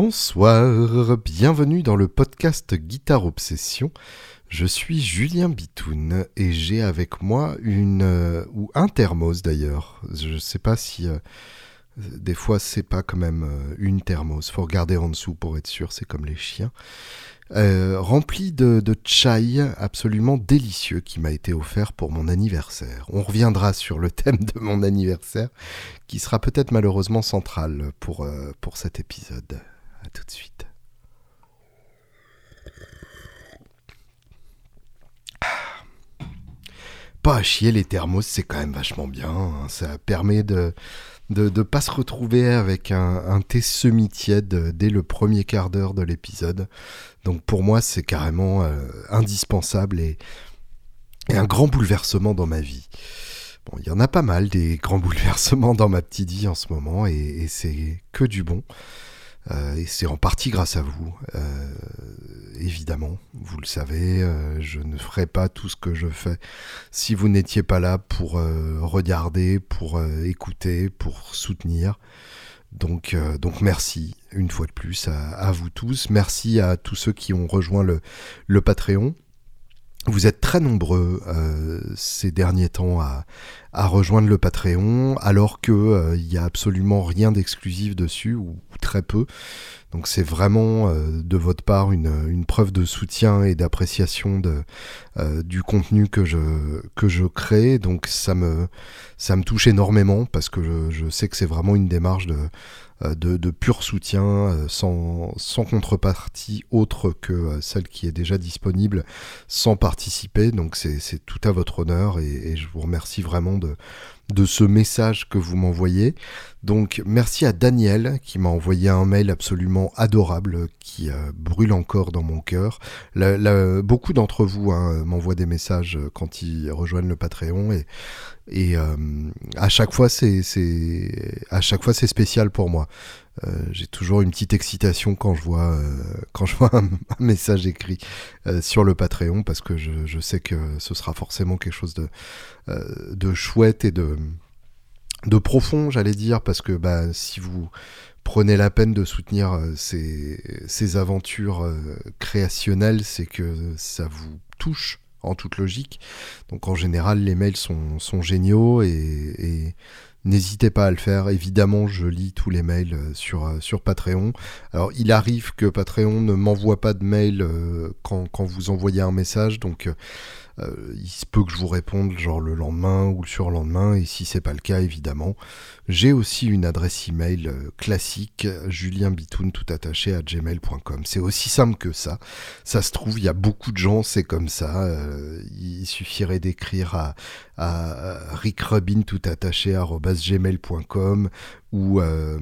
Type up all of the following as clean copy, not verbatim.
Bonsoir, bienvenue dans le podcast Guitare Obsession. Je suis Julien Bitoun et j'ai avec moi ou un thermos d'ailleurs. Je ne sais pas si des fois c'est pas quand même une thermos. Faut regarder en dessous pour être sûr, c'est comme les chiens. Rempli de chai absolument délicieux qui m'a été offert pour mon anniversaire. On reviendra sur le thème de mon anniversaire qui sera peut-être malheureusement central pour cet épisode. À tout de suite. Pas à chier, les thermos, c'est quand même vachement bien. Hein. Ça permet de pas se retrouver avec un thé semi-tiède dès le premier quart d'heure de l'épisode. Donc pour moi, c'est carrément indispensable et un grand bouleversement dans ma vie. Bon, il y en a pas mal des grands bouleversements dans ma petite vie en ce moment et c'est que du bon. Et c'est en partie grâce à vous, évidemment, vous le savez, je ne ferais pas tout ce que je fais si vous n'étiez pas là pour regarder, pour écouter, pour soutenir. Donc merci une fois de plus à vous tous, merci à tous ceux qui ont rejoint le Patreon. Vous êtes très nombreux ces derniers temps à rejoindre le Patreon, alors que il y a absolument rien d'exclusif dessus, ou très peu. Donc c'est vraiment de votre part une preuve de soutien et d'appréciation du contenu que je crée. Donc ça me touche énormément parce que je sais que c'est vraiment une démarche de pur soutien, sans contrepartie autre que celle qui est déjà disponible, sans participer. Donc c'est tout à votre honneur et je vous remercie vraiment de ce message que vous m'envoyez. Donc merci à Daniel qui m'a envoyé un mail absolument adorable qui brûle encore dans mon cœur. Beaucoup d'entre vous m'envoient des messages quand ils rejoignent le Patreon et à chaque fois c'est spécial pour moi. J'ai toujours une petite excitation quand je vois un message écrit sur le Patreon parce que je sais que ce sera forcément quelque chose de chouette et de profond, j'allais dire, parce que si vous prenez la peine de soutenir ces aventures créationnelles, c'est que ça vous touche en toute logique. Donc en général, les mails sont géniaux et n'hésitez pas à le faire. Évidemment, je lis tous les mails sur Patreon. Alors, il arrive que Patreon ne m'envoie pas de mail quand vous envoyez un message, donc il se peut que je vous réponde genre le lendemain ou le surlendemain, et si c'est pas le cas, évidemment, j'ai aussi une adresse email classique, julienbitoun@gmail.com. C'est aussi simple que ça. Ça se trouve, il y a beaucoup de gens, c'est comme ça. Il suffirait d'écrire à rickrubin@gmail.com ou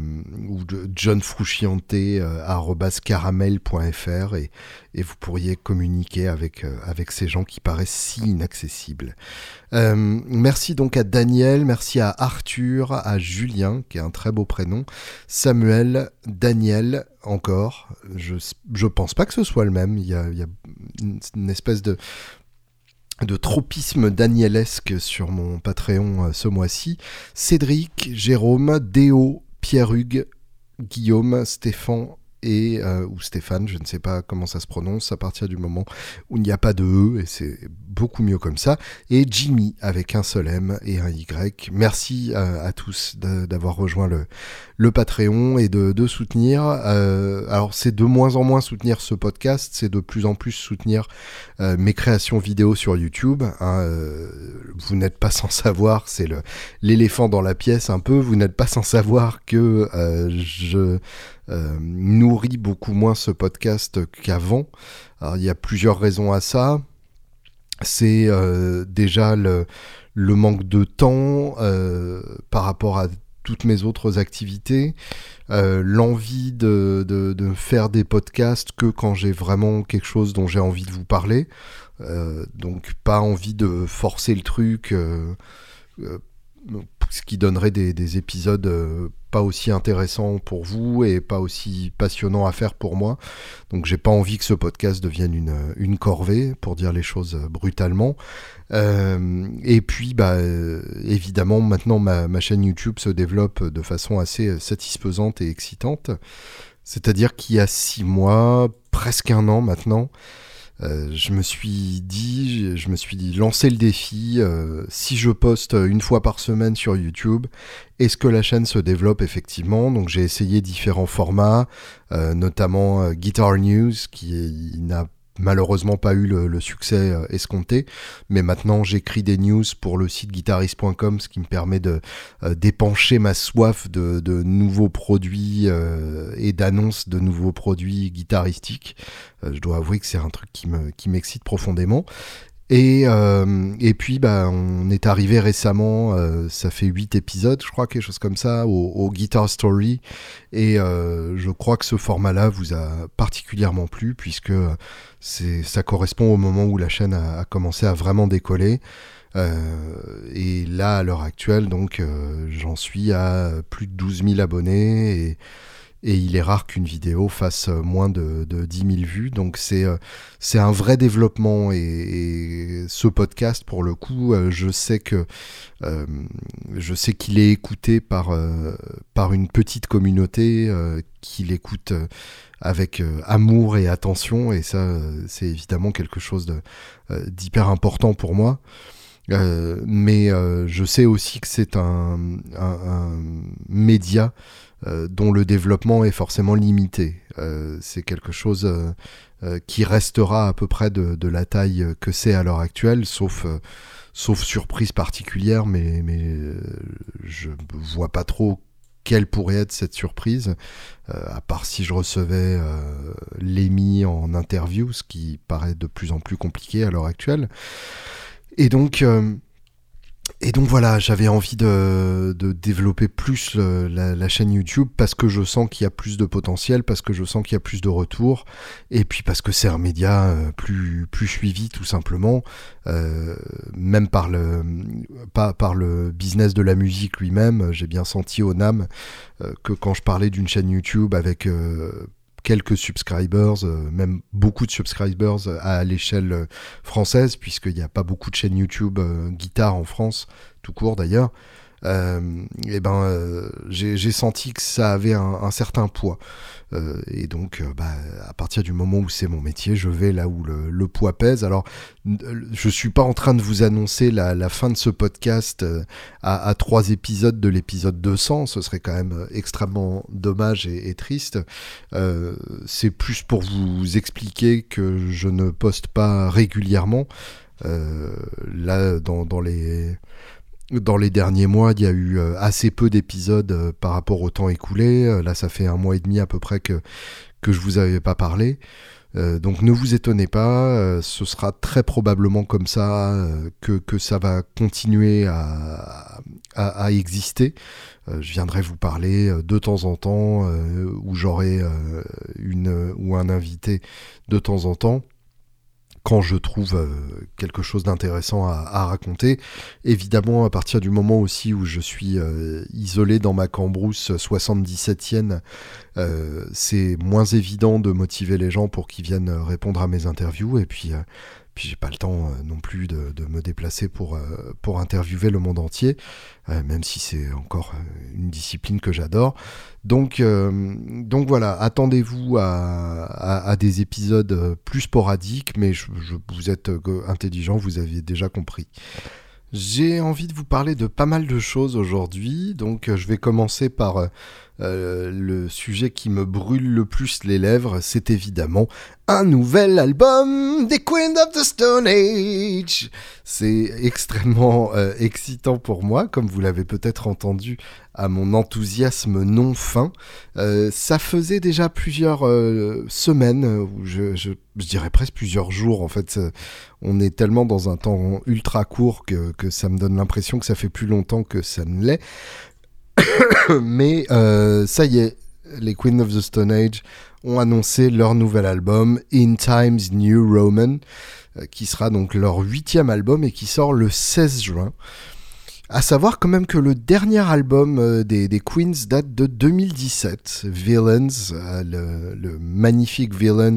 johnfrusciante@caramel.fr et vous pourriez communiquer avec ces gens qui paraissent si inaccessibles. Merci donc à Daniel, merci à Arthur, à Julien, qui est un très beau prénom, Samuel, Daniel, encore. Je pense pas que ce soit le même, il y a une espèce de tropisme danielesque sur mon Patreon ce mois-ci. Cédric, Jérôme, Déo, Pierre-Hugues, Guillaume, Stéphane ou Stéphane, je ne sais pas comment ça se prononce à partir du moment où il n'y a pas de E, et c'est beaucoup mieux comme ça, et Jimmy avec un seul M et un Y. Merci à tous d'avoir rejoint le Patreon et de soutenir. Alors c'est de moins en moins soutenir ce podcast, c'est de plus en plus soutenir mes créations vidéo sur YouTube. Vous n'êtes pas sans savoir, c'est l'éléphant dans la pièce un peu, vous n'êtes pas sans savoir que je nourrit beaucoup moins ce podcast qu'avant. Alors, il y a plusieurs raisons à ça. C'est déjà le manque de temps par rapport à toutes mes autres activités, l'envie de faire des podcasts que quand j'ai vraiment quelque chose dont j'ai envie de vous parler, donc pas envie de forcer le truc, ce qui donnerait des épisodes pas aussi intéressants pour vous et pas aussi passionnants à faire pour moi. Donc j'ai pas envie que ce podcast devienne une corvée, pour dire les choses brutalement. Et puis évidemment maintenant ma chaîne YouTube se développe de façon assez satisfaisante et excitante. C'est-à-dire qu'il y a 6 mois, presque un an maintenant, je me suis lancé le défi, si je poste une fois par semaine sur YouTube, est-ce que la chaîne se développe effectivement? Donc j'ai essayé différents formats, notamment Guitar News, n'a malheureusement pas eu le succès escompté, mais maintenant j'écris des news pour le site guitarist.com, ce qui me permet de d'épancher ma soif de nouveaux produits et d'annonces de nouveaux produits guitaristiques. Je dois avouer que c'est un truc qui m'excite profondément. Et puis on est arrivé récemment, ça fait 8 épisodes je crois, quelque chose comme ça, au Guitar Story, et je crois que ce format-là vous a particulièrement plu, puisque ça correspond au moment où la chaîne a commencé à vraiment décoller. Et là à l'heure actuelle, donc j'en suis à plus de 12 000 abonnés, et il est rare qu'une vidéo fasse moins de 10 000 vues. Donc c'est un vrai développement. Et ce podcast, pour le coup, je sais qu'il est écouté par une petite communauté qui l'écoute avec amour et attention. Et ça, c'est évidemment quelque chose d'hyper important pour moi. Mais je sais aussi que c'est un média dont le développement est forcément limité. C'est quelque chose qui restera à peu près de la taille que c'est à l'heure actuelle, sauf surprise particulière, mais je vois pas trop quelle pourrait être cette surprise, à part si je recevais Lemmy en interview, ce qui paraît de plus en plus compliqué à l'heure actuelle. Et donc voilà, j'avais envie de développer plus la chaîne YouTube, parce que je sens qu'il y a plus de potentiel, parce que je sens qu'il y a plus de retours, et puis parce que c'est un média plus suivi tout simplement, même par le business de la musique lui-même. J'ai bien senti au NAMM que quand je parlais d'une chaîne YouTube avec quelques subscribers, même beaucoup de subscribers à l'échelle française, puisqu'il n'y a pas beaucoup de chaînes YouTube guitare en France, tout court d'ailleurs, j'ai senti que ça avait un certain poids. Et donc, à partir du moment où c'est mon métier, je vais là où le poids pèse. Alors, je suis pas en train de vous annoncer la fin de ce podcast à 3 épisodes de l'épisode 200. Ce serait quand même extrêmement dommage et triste. C'est plus pour vous expliquer que je ne poste pas régulièrement. Là, dans les derniers mois, il y a eu assez peu d'épisodes par rapport au temps écoulé. Là, ça fait 1 mois et demi à peu près que je vous avais pas parlé. Donc ne vous étonnez pas, ce sera très probablement comme ça que ça va continuer à exister. Je viendrai vous parler de temps en temps, où j'aurai un invité de temps en temps, quand je trouve quelque chose d'intéressant à raconter. Évidemment, à partir du moment aussi où je suis isolé dans ma cambrousse 77e, c'est moins évident de motiver les gens pour qu'ils viennent répondre à mes interviews. Et puis j'ai pas le temps non plus de me déplacer pour interviewer le monde entier, même si c'est encore une discipline que j'adore. Donc voilà, attendez-vous à des épisodes plus sporadiques, mais vous êtes intelligent, vous aviez déjà compris. J'ai envie de vous parler de pas mal de choses aujourd'hui, donc je vais commencer par le sujet qui me brûle le plus les lèvres. C'est évidemment un nouvel album des Queens of the Stone Age. C'est extrêmement excitant pour moi, comme vous l'avez peut-être entendu à mon enthousiasme non fin. Ça faisait déjà plusieurs semaines, ou je dirais presque plusieurs jours en fait. On est tellement dans un temps ultra court que ça me donne l'impression que ça fait plus longtemps que ça ne l'est. Mais ça y est, les Queens of the Stone Age ont annoncé leur nouvel album In Times New Roman, qui sera donc leur 8e album et qui sort le 16 juin. À savoir quand même que le dernier album des Queens date de 2017, Villains, le magnifique Villains,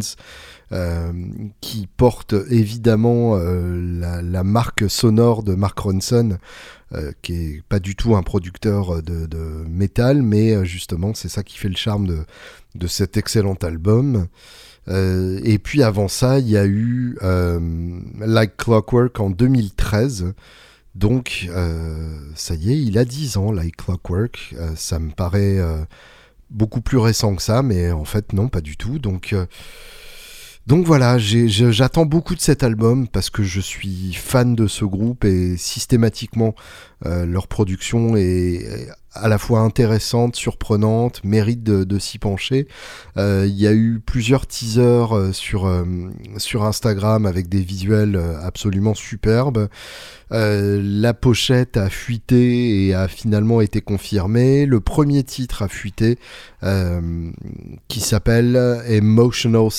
qui porte évidemment la marque sonore de Mark Ronson, qui est pas du tout un producteur de métal, mais justement c'est ça qui fait le charme de cet excellent album. Et puis avant ça, il y a eu Like Clockwork en 2013. Donc, ça y est, il a 10 ans, Like Clockwork. Ça me paraît beaucoup plus récent que ça, mais en fait, non, pas du tout. Donc voilà, j'attends beaucoup de cet album parce que je suis fan de ce groupe et systématiquement, leur production est à la fois intéressante, surprenante, mérite de s'y pencher. Il y a eu plusieurs teasers sur Instagram avec des visuels absolument superbes. La pochette a fuité et a finalement été confirmée. Le premier titre a fuité, qui s'appelle Emotion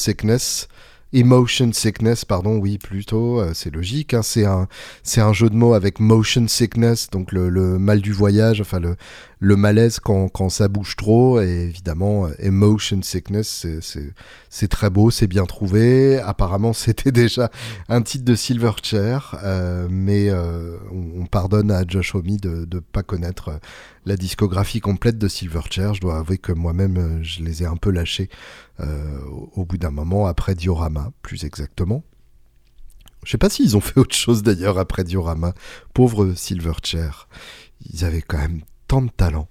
Sickness, pardon, oui, plutôt, c'est logique, hein, c'est un jeu de mots avec motion sickness, donc le mal du voyage, enfin le malaise quand ça bouge trop, et évidemment, emotion sickness, c'est très beau, c'est bien trouvé. Apparemment, c'était déjà un titre de Silverchair, mais on pardonne à Josh Homme de pas connaître la discographie complète de Silverchair. Je dois avouer que moi-même, je les ai un peu lâchés au bout d'un moment, après Diorama, plus exactement. Je sais pas s'ils ont fait autre chose d'ailleurs après Diorama. Pauvre Silverchair. Ils avaient quand même tant de talent.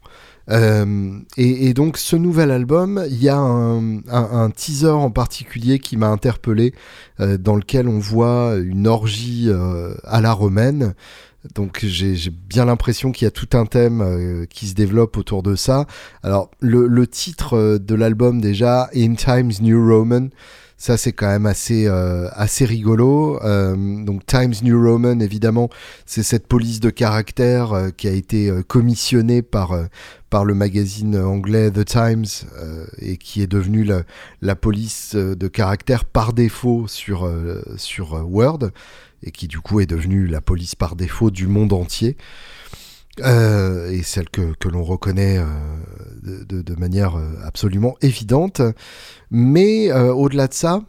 Et donc ce nouvel album, il y a un teaser en particulier qui m'a interpellé, dans lequel on voit une orgie à la romaine. Donc j'ai bien l'impression qu'il y a tout un thème qui se développe autour de ça. Alors le titre de l'album déjà, In Times New Roman, ça c'est quand même assez rigolo. Donc Times New Roman, évidemment, c'est cette police de caractère qui a été commissionnée par le magazine anglais The Times, et qui est devenue la police de caractère par défaut sur Word, et qui du coup est devenue la police par défaut du monde entier, et celle que l'on reconnaît de manière absolument évidente. Mais au-delà de ça,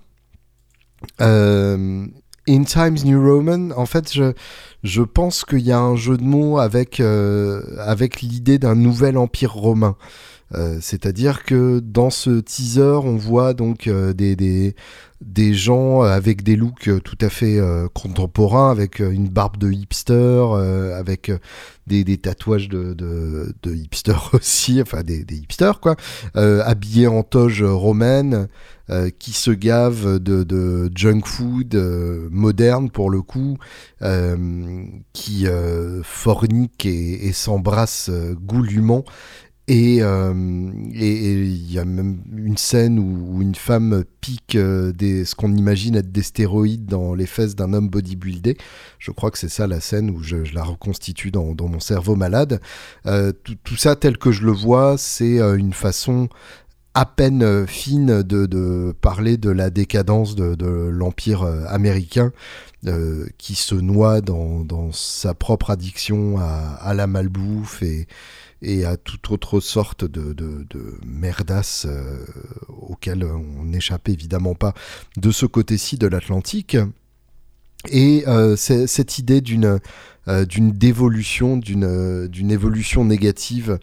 In Times New Roman, en fait, je pense qu'il y a un jeu de mots avec l'idée d'un nouvel empire romain. C'est-à-dire que dans ce teaser, on voit donc des gens avec des looks tout à fait contemporains, avec une barbe de hipster, avec des tatouages de hipster aussi, enfin des hipsters quoi, habillés en toge romaine, qui se gavent de junk food moderne pour le coup, qui forniquent et s'embrassent goulûment. Et il y a même une scène où une femme pique ce qu'on imagine être des stéroïdes dans les fesses d'un homme bodybuildé. Je crois que c'est ça la scène où je la reconstitue dans mon cerveau malade. Tout ça, tel que je le vois, c'est une façon à peine fine de parler de la décadence de l'Empire américain, qui se noie dans sa propre addiction à la malbouffe et à toute autre sorte de merdasse auquel on n'échappe évidemment pas de ce côté-ci de l'Atlantique. Et cette idée d'une dévolution, d'une évolution négative,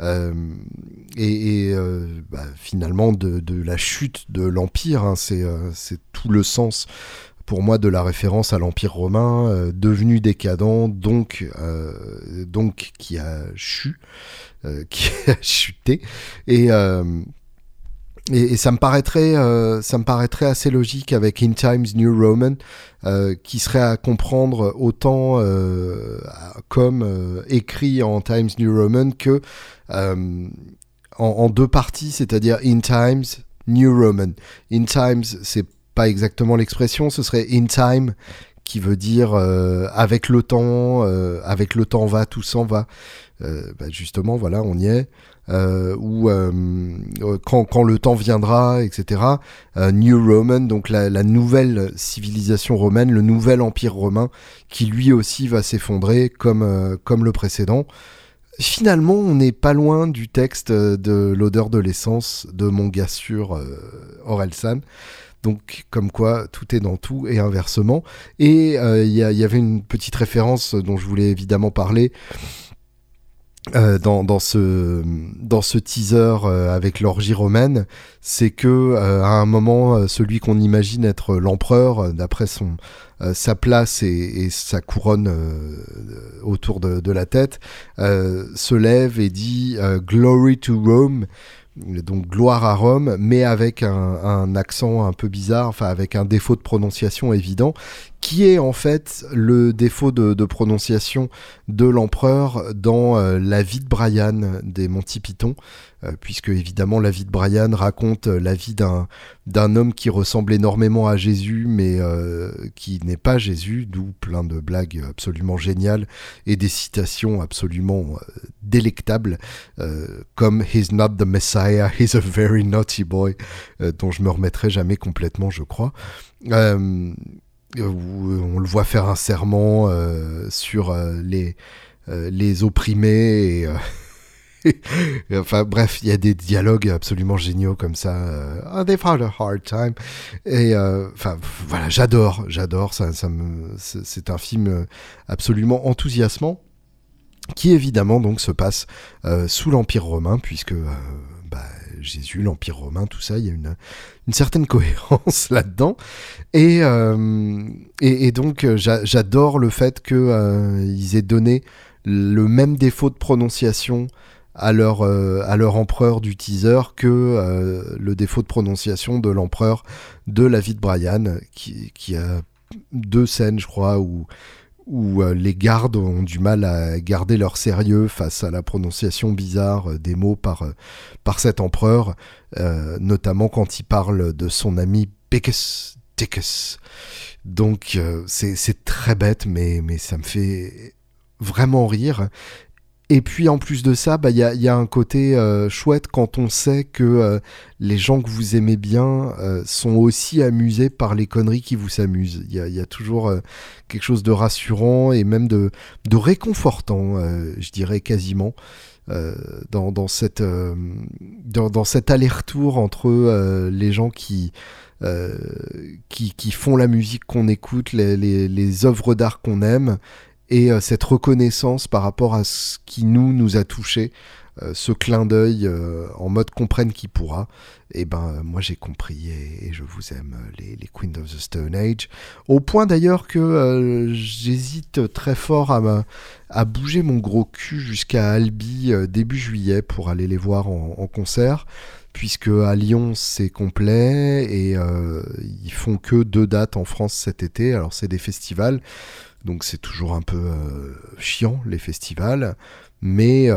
finalement de la chute de l'Empire, hein, c'est tout le sens pour moi de la référence à l'Empire romain, devenu décadent, donc qui a chuté, et ça me paraîtrait assez logique avec In Times New Roman, qui serait à comprendre autant comme écrit en Times New Roman que en deux parties, c'est-à-dire In Times New Roman. In Times, c'est pas exactement l'expression, ce serait In Time qui veut dire avec le temps va, tout s'en va. Justement, voilà, on y est. Ou quand le temps viendra, etc. New Roman, donc la nouvelle civilisation romaine, le nouvel empire romain, qui lui aussi va s'effondrer comme le précédent. Finalement, on n'est pas loin du texte de L'odeur de l'essence de mon gars sûr Orelsan. Donc, comme quoi, tout est dans tout et inversement. Et il y avait une petite référence dont je voulais évidemment parler dans ce teaser avec l'orgie romaine, c'est que à un moment, celui qu'on imagine être l'empereur, d'après sa place et sa couronne autour de la tête, se lève et dit Glory to Rome, donc gloire à Rome, mais avec un accent un peu bizarre, enfin avec un défaut de prononciation évident, qui est en fait le défaut de prononciation de l'empereur dans La vie de Brian des Monty Python, puisque évidemment La vie de Brian raconte la vie d'un homme qui ressemble énormément à Jésus, mais qui n'est pas Jésus, d'où plein de blagues absolument géniales et des citations absolument délectables, comme He's not the Messiah, he's a very naughty boy, dont je me remettrai jamais complètement, je crois. On le voit faire un serment sur les opprimés et enfin bref, il y a des dialogues absolument géniaux comme ça. They've had a hard time. Et enfin voilà, j'adore. C'est un film absolument enthousiasmant qui évidemment donc se passe sous l'Empire romain, puisque Jésus, l'Empire romain, tout ça, il y a une certaine cohérence là-dedans. Et donc, j'adore le fait qu'ils aient donné le même défaut de prononciation à leur empereur du teaser que le défaut de prononciation de l'empereur de La vie de Brian, qui a 2 scènes, je crois, où les gardes ont du mal à garder leur sérieux face à la prononciation bizarre des mots par cet empereur, notamment quand il parle de son ami Picus Ticus. Donc c'est très bête, mais ça me fait vraiment rire. Et puis en plus de ça, y a un côté chouette quand on sait que les gens que vous aimez bien sont aussi amusés par les conneries qui vous s'amusent. Il y a toujours quelque chose de rassurant et même de réconfortant, je dirais quasiment, dans cet aller-retour entre les gens qui font la musique qu'on écoute, les œuvres d'art qu'on aime, et cette reconnaissance par rapport à ce qui nous a touchés, ce clin d'œil en mode comprenne qui pourra. Et moi j'ai compris et je vous aime, les Queens of the Stone Age, au point d'ailleurs que j'hésite très fort à bouger mon gros cul jusqu'à Albi début juillet pour aller les voir en concert, puisque à Lyon c'est complet et ils font que 2 dates en France cet été. Alors c'est des festivals, donc c'est toujours un peu chiant les festivals, mais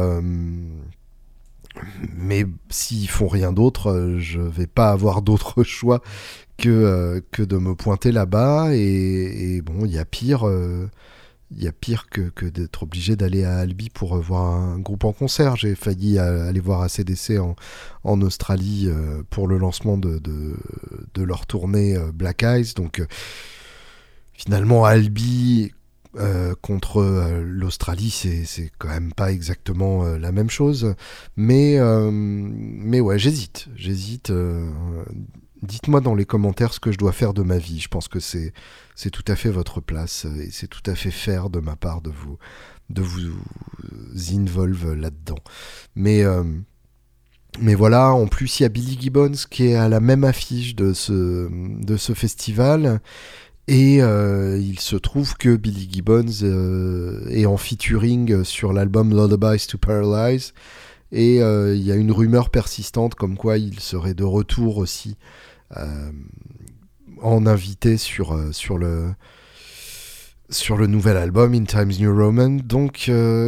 s'ils font rien d'autre, je vais pas avoir d'autre choix que de me pointer là-bas. Et bon, il y a pire que d'être obligé d'aller à Albi pour voir un groupe en concert. J'ai failli aller voir AC/DC en Australie pour le lancement de leur tournée Black Eyes. Donc finalement, Albi contre l'Australie, c'est quand même pas exactement la même chose, mais ouais, j'hésite. Dites-moi dans les commentaires ce que je dois faire de ma vie. Je pense que c'est tout à fait votre place et c'est tout à fait fair de ma part de vous involve là-dedans. Mais voilà, en plus il y a Billy Gibbons qui est à la même affiche de ce festival. Et il se trouve que Billy Gibbons est en featuring sur l'album Lullabies to Paralyze. Et il y a une rumeur persistante comme quoi il serait de retour aussi en invité sur le nouvel album In Times New Roman. Donc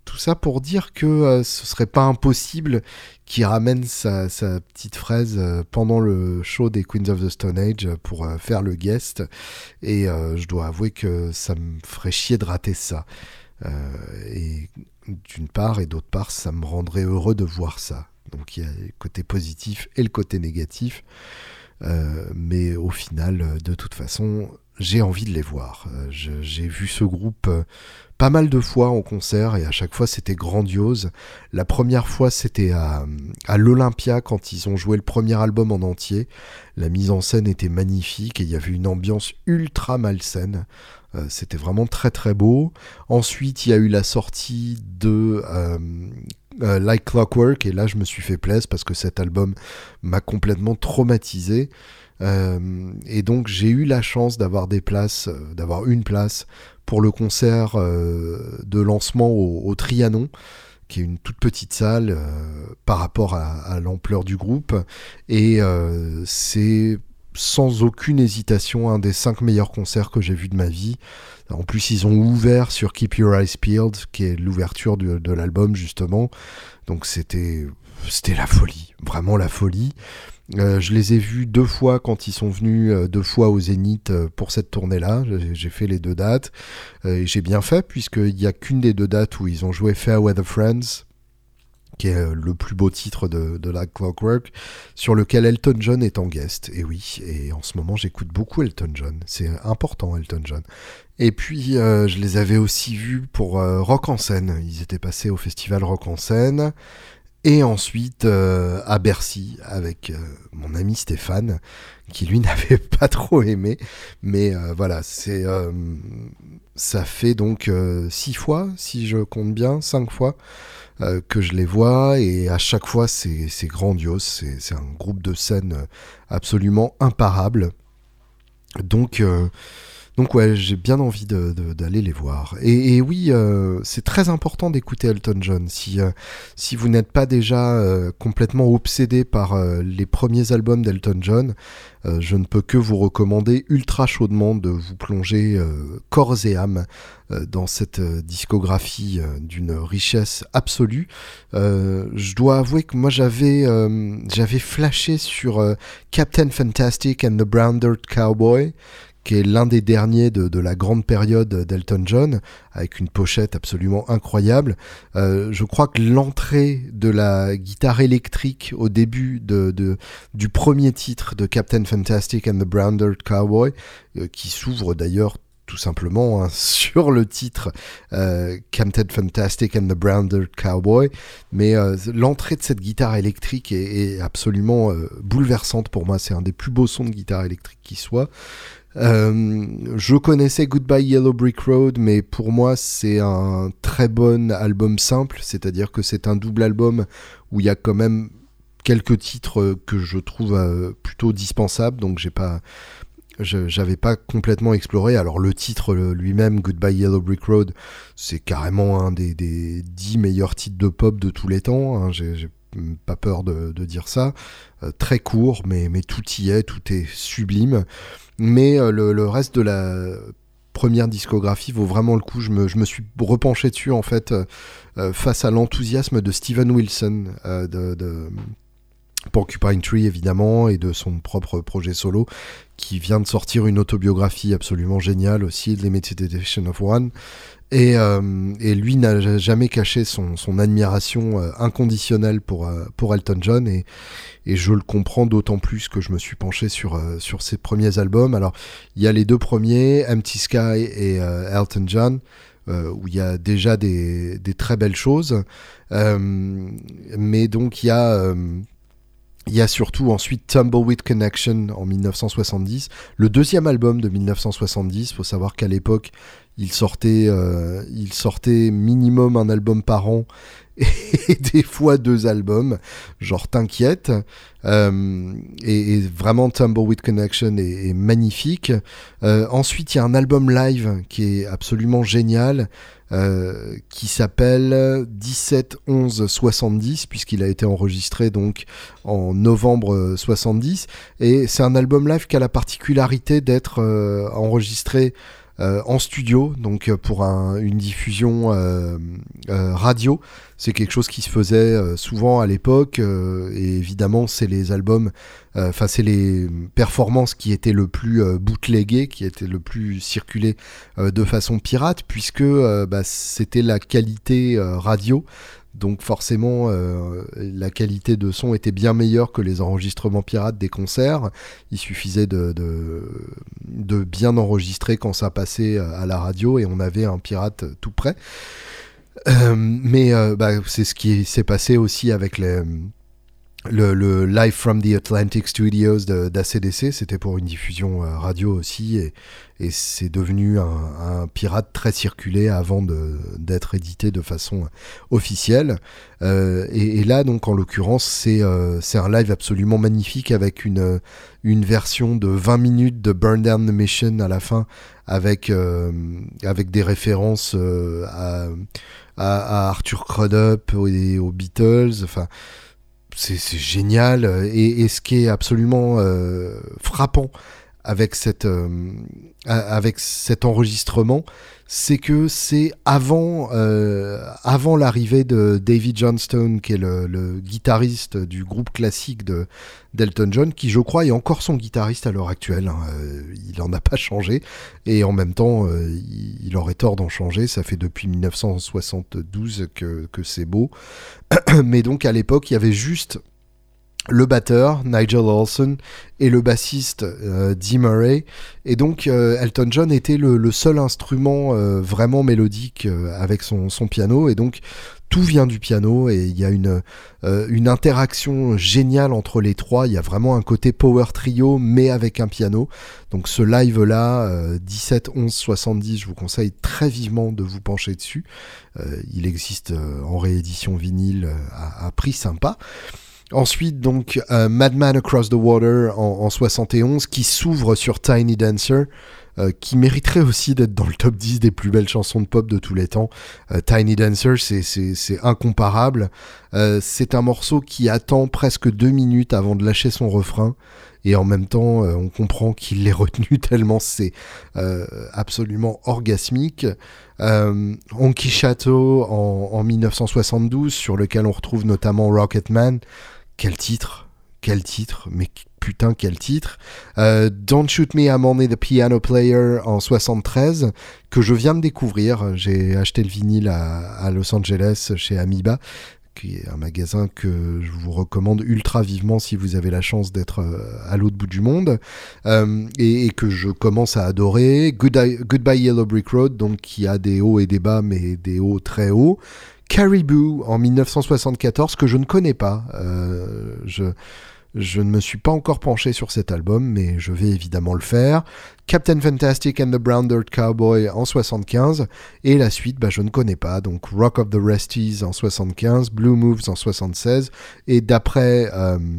tout ça pour dire que ce serait pas impossible qu'il ramène sa petite fraise pendant le show des Queens of the Stone Age pour faire le guest. Et je dois avouer que ça me ferait chier de rater ça. Et d'une part, et d'autre part, ça me rendrait heureux de voir ça. Donc il y a le côté positif et le côté négatif. Mais au final, de toute façon, j'ai envie de les voir. J'ai vu ce groupe pas mal de fois en concert et à chaque fois c'était grandiose. La première fois c'était à l'Olympia quand ils ont joué le premier album en entier. La mise en scène était magnifique et il y avait une ambiance ultra malsaine. C'était vraiment très très beau. Ensuite il y a eu la sortie de Like Clockwork et là je me suis fait plaisir parce que cet album m'a complètement traumatisé. Et donc j'ai eu la chance d'avoir une place pour le concert de lancement au Trianon, qui est une toute petite salle par rapport à l'ampleur du groupe, et c'est sans aucune hésitation un des 5 meilleurs concerts que j'ai vus de ma vie. En plus ils ont ouvert sur Keep Your Eyes Peeled, qui est l'ouverture de l'album justement, donc c'était la folie, vraiment la folie. Je les ai vus 2 fois quand ils sont venus 2 fois au Zénith pour cette tournée-là. J'ai fait les 2 dates. Et j'ai bien fait, puisqu'il n'y a qu'une des 2 dates où ils ont joué Fair Weather Friends, qui est le plus beau titre de Like Clockwork, sur lequel Elton John est en guest. Et oui, et en ce moment j'écoute beaucoup Elton John. C'est important, Elton John. Et puis je les avais aussi vus pour Rock en scène. Ils étaient passés au festival Rock en scène. Et ensuite à Bercy avec mon ami Stéphane, qui lui n'avait pas trop aimé, mais voilà, ça fait donc 6 fois, si je compte bien, 5 fois que je les vois, et à chaque fois c'est grandiose, c'est un groupe de scène absolument imparable. Donc ouais, j'ai bien envie d'aller les voir. Et oui, c'est très important d'écouter Elton John. Si vous n'êtes pas déjà complètement obsédé par les premiers albums d'Elton John, je ne peux que vous recommander ultra chaudement de vous plonger corps et âme dans cette discographie d'une richesse absolue. Je dois avouer que moi j'avais flashé sur Captain Fantastic and the Brown-Dirt Cowboy, qui est l'un des derniers de la grande période d'Elton John, avec une pochette absolument incroyable. Je crois que l'entrée de la guitare électrique au début du premier titre de Captain Fantastic and the Brown-Dirt Cowboy, qui s'ouvre d'ailleurs tout simplement sur le titre Captain Fantastic and the Brown-Dirt Cowboy, mais l'entrée de cette guitare électrique est absolument bouleversante pour moi. C'est un des plus beaux sons de guitare électrique qui soit. Je connaissais Goodbye Yellow Brick Road, mais pour moi c'est un très bon album simple, c'est-à-dire que c'est un double album où il y a quand même quelques titres que je trouve plutôt dispensables, donc j'avais pas complètement exploré. Alors le titre lui-même, Goodbye Yellow Brick Road, c'est carrément un des 10 meilleurs titres de pop de tous les temps, hein. J'ai pas peur de dire ça. Très court, mais tout y est, tout est sublime. Mais le reste de la première discographie vaut vraiment le coup. Je me suis repenché dessus en fait face à l'enthousiasme de Steven Wilson, de Porcupine Tree évidemment, et de son propre projet solo, qui vient de sortir une autobiographie absolument géniale aussi, Limited Edition of One. Et lui n'a jamais caché son admiration inconditionnelle pour Elton John, et je le comprends d'autant plus que je me suis penché sur ses premiers albums. Alors il y a les 2 premiers, Empty Sky et Elton John, où il y a déjà des très belles choses, mais donc il y a surtout ensuite Tumbleweed Connection en 1970, le 2e album de 1970. Faut savoir qu'à l'époque, il sortait minimum un album par an et des fois 2 albums, genre t'inquiète. Et vraiment Tumbleweed Connection est magnifique. Ensuite, il y a un album live qui est absolument génial, qui s'appelle 17-11-70, puisqu'il a été enregistré donc en novembre 70, et c'est un album live qui a la particularité d'être enregistré en studio, donc pour une diffusion radio. C'est quelque chose qui se faisait souvent à l'époque, et évidemment c'est les albums, c'est les performances qui étaient le plus bootleguées, qui étaient le plus circulées de façon pirate, puisque c'était la qualité radio. Donc forcément, la qualité de son était bien meilleure que les enregistrements pirates des concerts. Il suffisait de bien enregistrer quand ça passait à la radio et on avait un pirate tout prêt. Mais c'est ce qui s'est passé aussi avec le Live from the Atlantic Studios d'ACDC. C'était pour une diffusion radio aussi, et c'est devenu un pirate très circulé avant d'être édité de façon officielle. Et là, donc, en l'occurrence, c'est un live absolument magnifique avec une version de 20 minutes de Burn Down the Mission à la fin, avec des références à Arthur Crudup et aux Beatles. Enfin, c'est génial. Et ce qui est absolument frappant avec cet enregistrement, c'est que c'est avant l'arrivée de David Johnstone, qui est le guitariste du groupe classique d'Elton John, qui, je crois, est encore son guitariste à l'heure actuelle. Il n'en a pas changé, et en même temps, il aurait tort d'en changer. Ça fait depuis 1972 que c'est beau. Mais donc, à l'époque, il y avait juste le batteur, Nigel Olsson, et le bassiste, Dee Murray. Et donc, Elton John était le seul instrument vraiment mélodique avec son piano. Et donc, tout vient du piano, et il y a une interaction géniale entre les trois. Il y a vraiment un côté power trio, mais avec un piano. Donc, ce live-là, 17-11-70, je vous conseille très vivement de vous pencher dessus. Il existe en réédition vinyle à prix sympa. Ensuite, donc, Madman Across the Water en 71, qui s'ouvre sur Tiny Dancer, qui mériterait aussi d'être dans le top 10 des plus belles chansons de pop de tous les temps. Tiny Dancer, c'est incomparable. C'est un morceau qui attend presque 2 minutes avant de lâcher son refrain, et en même temps, on comprend qu'il l'ait retenu tellement c'est absolument orgasmique. Honky Chateau en 1972, sur lequel on retrouve notamment Rocketman. Quel titre, mais putain quel titre. Don't Shoot Me, I'm Only the Piano Player en 73, que je viens de découvrir. J'ai acheté le vinyle à Los Angeles chez Amoeba, qui est un magasin que je vous recommande ultra vivement si vous avez la chance d'être à l'autre bout du monde, et que je commence à adorer. Goodbye Yellow Brick Road, donc, qui a des hauts et des bas, mais des hauts très hauts. Caribou en 1974, que je ne connais pas. Je ne me suis pas encore penché sur cet album, mais je vais évidemment le faire. Captain Fantastic and the Brown Dirt Cowboy en 75, et la suite, je ne connais pas. Donc Rock of the Resties en 75, Blue Moves en 76, et d'après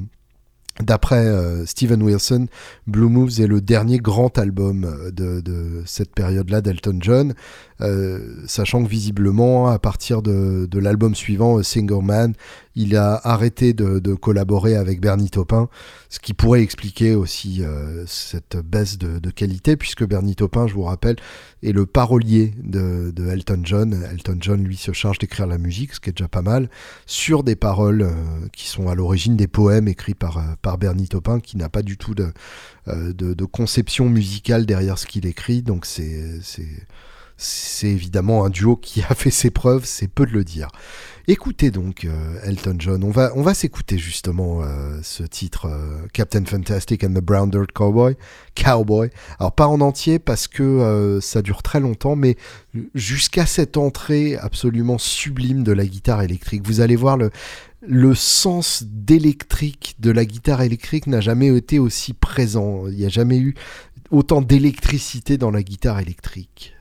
Steven Wilson, Blue Moves est le dernier grand album de cette période-là d'Elton John, sachant que visiblement, à partir de l'album suivant, A Single Man, il a arrêté de collaborer avec Bernie Taupin, ce qui pourrait expliquer aussi cette baisse de qualité, puisque Bernie Taupin, je vous rappelle, est le parolier de Elton John. Elton John, lui, se charge d'écrire la musique, ce qui est déjà pas mal, sur des paroles qui sont à l'origine des poèmes écrits par Bernie Taupin, qui n'a pas du tout de conception musicale derrière ce qu'il écrit. Donc c'est évidemment un duo qui a fait ses preuves, c'est peu de le dire. Écoutez donc Elton John, on va s'écouter justement ce titre Captain Fantastic and the Brown Dirt Cowboy. Alors pas en entier parce que ça dure très longtemps, mais jusqu'à cette entrée absolument sublime de la guitare électrique. Vous allez voir le sens d'électrique de la guitare électrique n'a jamais été aussi présent. Il n'y a jamais eu autant d'électricité dans la guitare électrique.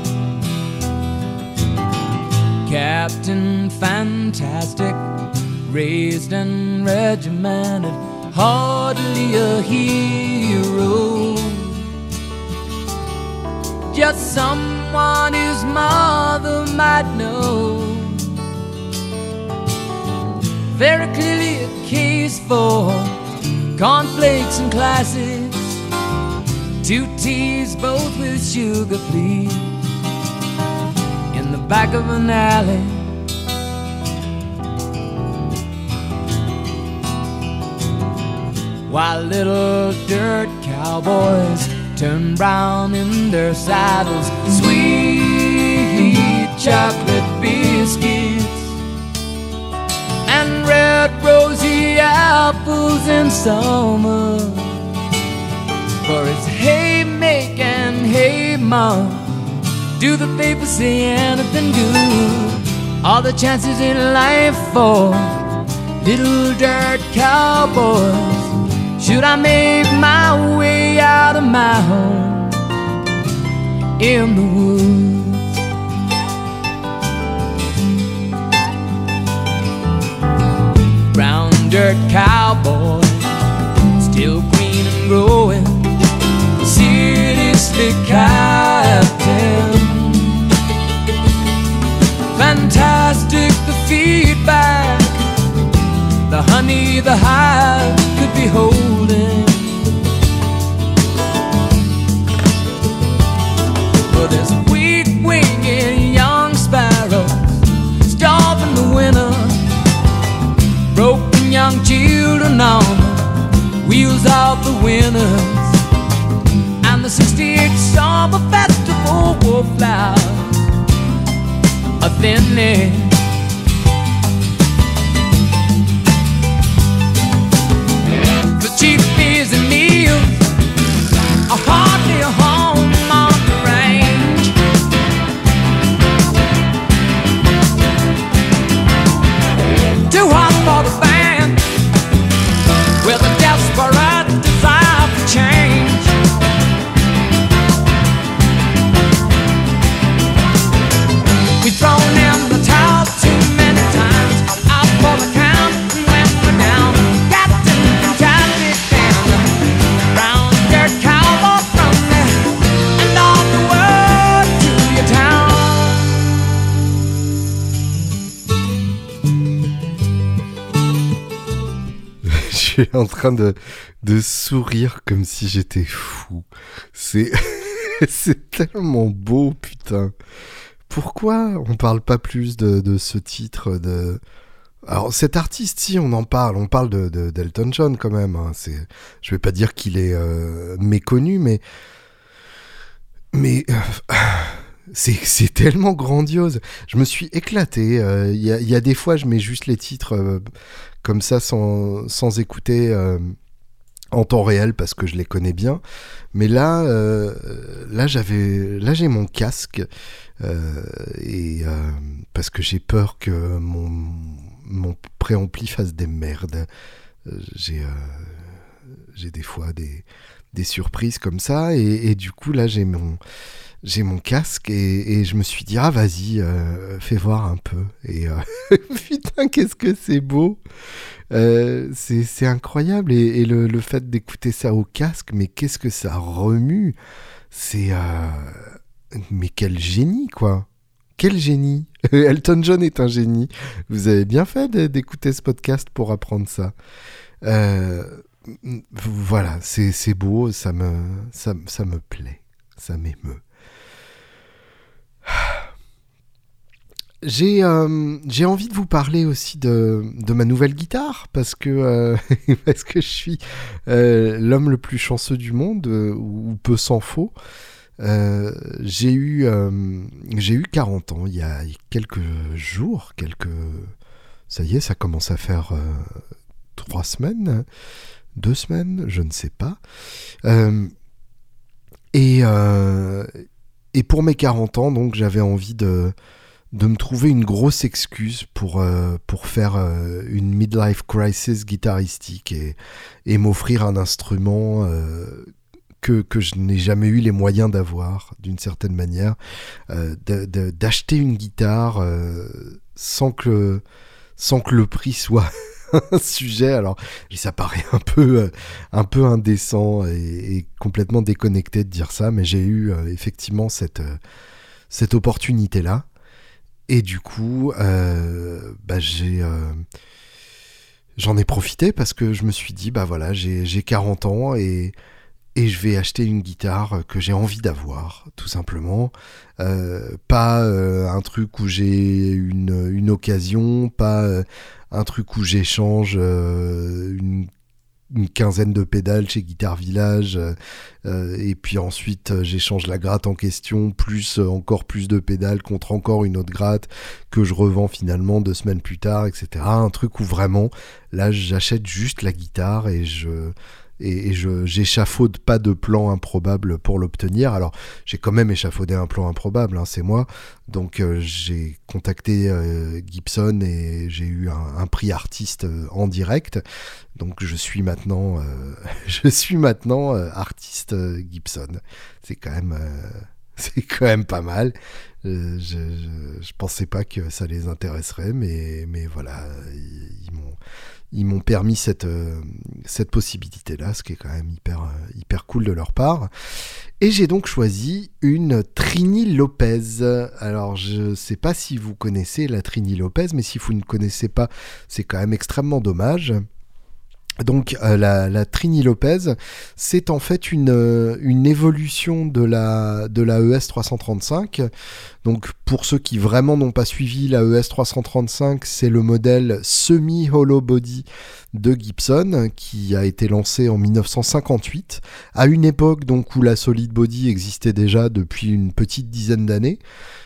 Captain Fantastic raised and regimented, hardly a hero, just someone his mother might know. Very clearly a case for cornflakes and classics, 2 teas both with sugar, please, in the back of an alley. While little dirt cowboys turn brown in their saddles, sweet chocolate biscuits and red rosy apples in summer. For it's hey make and hey mom, do the papers say anything good? All the chances in life for little dirt cowboys. Should I make my way out of my home in the woods? Brown dirt cowboy, still green and growing, city slick captain. Fantastic the feedback, the honey the hive could be holding. For there's weak-winged young sparrows starving the winter, broken young children on the wheels of the winners, and the 68 summer festival wallflowers are thinning. Cheap beers and meals are hardly a home on the range. Too hot for the band with a desperate desire for change. We've thrown in the towel too many times, out for the count, and when we're down, Captain Kentucky. Brown dirt cowboy from there, and all the word to your town. Je suis en train de sourire comme si j'étais fou. C'est c'est tellement beau, putain. Pourquoi on parle pas plus de ce titre de... Alors cet artiste, si on parle d'Elton John quand même. Hein. Je vais pas dire qu'il est méconnu, mais c'est tellement grandiose. Je me suis éclaté. Il y a des fois, je mets juste les titres comme ça sans écouter en temps réel parce que je les connais bien. Mais là j'ai mon casque et parce que j'ai peur que mon préampli fasse des merdes. J'ai des fois des surprises comme ça et du coup là j'ai mon casque et je me suis dit ah vas-y fais voir un peu et putain qu'est-ce que c'est beau, c'est incroyable et le fait d'écouter ça au casque, mais qu'est-ce que ça remue, mais quel génie quoi. Quel génie. Elton John est un génie. Vous avez bien fait d'écouter ce podcast pour apprendre ça. Voilà, c'est beau, ça me plaît, ça m'émeut. J'ai envie de vous parler aussi de ma nouvelle guitare parce que je suis l'homme le plus chanceux du monde, ou peu s'en faut. J'ai eu 40 ans il y a quelques jours, ça y est, ça commence à faire 3 semaines, 2 semaines, je ne sais pas. Et pour mes 40 ans, donc j'avais envie de me trouver une grosse excuse pour faire une midlife crisis guitaristique et m'offrir un instrument que je n'ai jamais eu les moyens d'avoir, d'une certaine manière, d'acheter une guitare sans que sans que le prix soit un sujet. Alors, ça paraît un peu indécent et complètement déconnecté de dire ça, mais j'ai eu effectivement cette opportunité-là. Et du coup, j'en ai profité parce que je me suis dit, voilà, j'ai 40 ans et je vais acheter une guitare que j'ai envie d'avoir, tout simplement. Pas un truc où j'ai une occasion, pas un truc où j'échange une quinzaine de pédales chez Guitar Village et puis ensuite j'échange la gratte en question plus encore plus de pédales contre encore une autre gratte que je revends finalement 2 semaines plus tard, etc. Un truc où vraiment là j'achète juste la guitare et j'échafaude pas de plan improbable pour l'obtenir. Alors j'ai quand même échafaudé un plan improbable, c'est moi. Donc j'ai contacté Gibson et j'ai eu un prix artiste en direct. Donc je suis maintenant artiste Gibson. C'est quand même pas mal. Je pensais pas que ça les intéresserait, mais voilà, ils m'ont permis cette possibilité-là, ce qui est quand même hyper cool de leur part. Et j'ai donc choisi une Trini Lopez. Alors, je sais pas si vous connaissez la Trini Lopez, mais si vous ne connaissez pas, c'est quand même extrêmement dommage. Donc la Trini Lopez, c'est en fait une évolution de la ES 335. Donc pour ceux qui vraiment n'ont pas suivi, la ES 335, c'est le modèle semi-hollow body de Gibson qui a été lancé en 1958, à une époque donc où la solid body existait déjà depuis une petite dizaine d'années.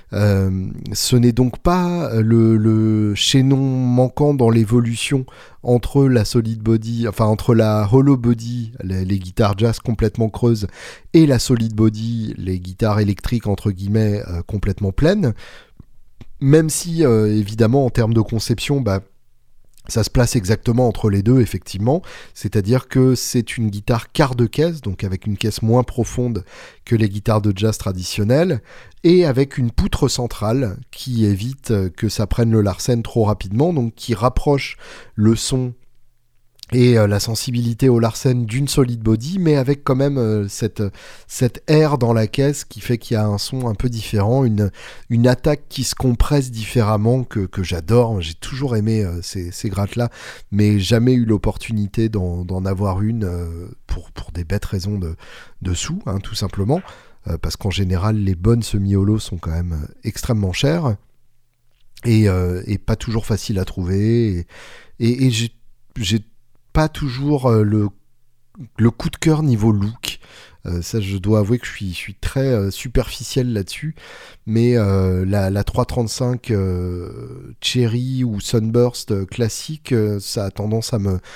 Ce n'est donc pas le chaînon manquant dans l'évolution entre la solid body, enfin entre la hollow body, les guitares jazz complètement creuses, et la solid body, les guitares électriques entre guillemets complètement pleines. Même si évidemment en termes de conception, ça se place exactement entre les deux, effectivement. C'est-à-dire que c'est une guitare quart de caisse, donc avec une caisse moins profonde que les guitares de jazz traditionnelles, et avec une poutre centrale qui évite que ça prenne le Larsen trop rapidement, donc qui rapproche le son et la sensibilité au Larsen d'une solid body, mais avec quand même cette air dans la caisse qui fait qu'il y a un son un peu différent, une attaque qui se compresse différemment, que j'adore. J'ai toujours aimé ces grattes-là, mais jamais eu l'opportunité d'en avoir une pour des bêtes raisons de sous, tout simplement, parce qu'en général, les bonnes semi-holo sont quand même extrêmement chères et pas toujours faciles à trouver. Et j'ai pas toujours le coup de cœur niveau look. Ça, je dois avouer que je suis très superficiel là-dessus, mais la 335 Cherry ou Sunburst classique, ça a tendance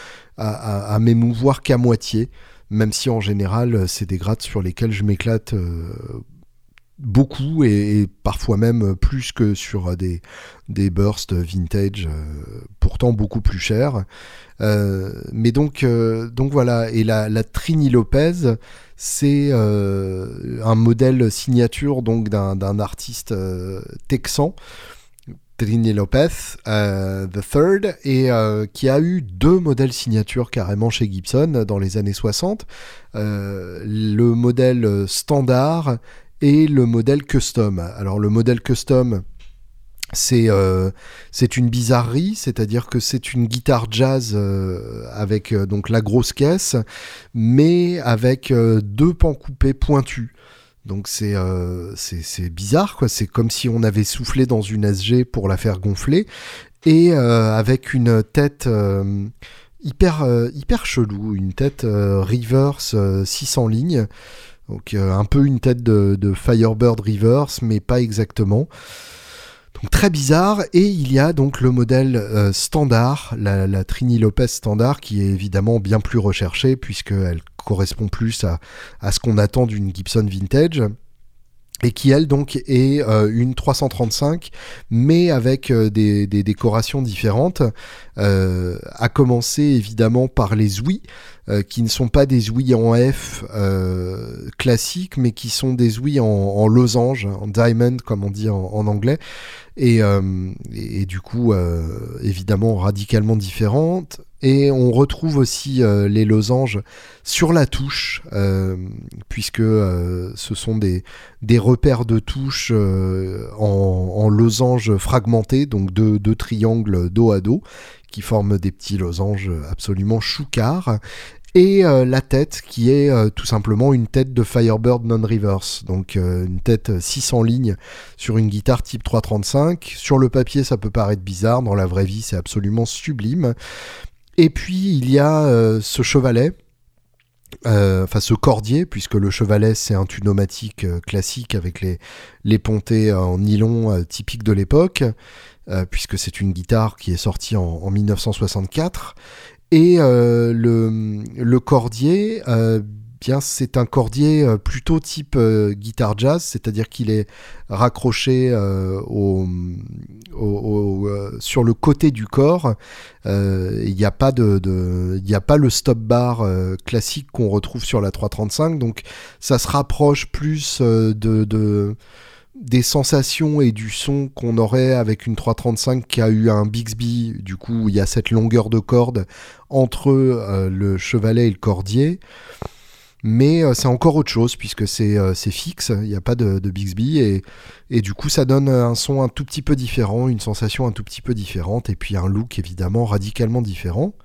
à m'émouvoir qu'à moitié, même si en général c'est des grattes sur lesquelles je m'éclate beaucoup et parfois même plus que sur des bursts vintage pourtant beaucoup plus chers. Mais donc voilà, et la Trini Lopez, c'est un modèle signature donc d'un artiste texan, Trini Lopez the Third, et qui a eu 2 modèles signature carrément chez Gibson dans les années 60, le modèle standard et le modèle custom. Alors le modèle custom, c'est une bizarrerie, c'est-à-dire que c'est une guitare jazz avec donc la grosse caisse, mais avec 2 pans coupés pointus. Donc c'est bizarre, quoi. C'est comme si on avait soufflé dans une SG pour la faire gonfler, et avec une tête hyper chelou, une tête reverse 600 lignes. Donc un peu une tête de Firebird Reverse, mais pas exactement. Donc très bizarre. Et il y a donc le modèle standard, la Trini Lopez standard, qui est évidemment bien plus recherchée, puisqu'elle correspond plus à ce qu'on attend d'une Gibson vintage. et qui elle donc est une 335 mais avec des décorations différentes, à commencer évidemment par les ouïes, qui ne sont pas des ouïes en F classiques, mais qui sont des ouïes en losange, en diamond comme on dit en anglais, et du coup évidemment radicalement différentes. Et on retrouve aussi les losanges sur la touche, puisque ce sont des repères de touche en losanges fragmentés, donc deux triangles dos à dos, qui forment des petits losanges absolument choucards. Et la tête qui est tout simplement une tête de Firebird non-reverse, donc une tête 600 lignes sur une guitare type 335. Sur le papier ça peut paraître bizarre, dans la vraie vie c'est absolument sublime. Et puis il y a ce chevalet, enfin ce cordier, puisque le chevalet c'est un tunomatique classique avec les pontées en nylon typiques de l'époque, puisque c'est une guitare qui est sortie en 1964. Et le cordier, bien c'est un cordier plutôt type guitare jazz, c'est-à-dire qu'il est raccroché sur le côté du corps. Il n'y a pas le stop bar classique qu'on retrouve sur la 335, donc ça se rapproche plus des sensations et du son qu'on aurait avec une 335 qui a eu un Bixby. Du coup il y a cette longueur de corde entre le chevalet et le cordier, mais c'est encore autre chose puisque c'est fixe, il n'y a pas de Bixby, et du coup ça donne un son un tout petit peu différent, une sensation un tout petit peu différente, et puis un look évidemment radicalement différent.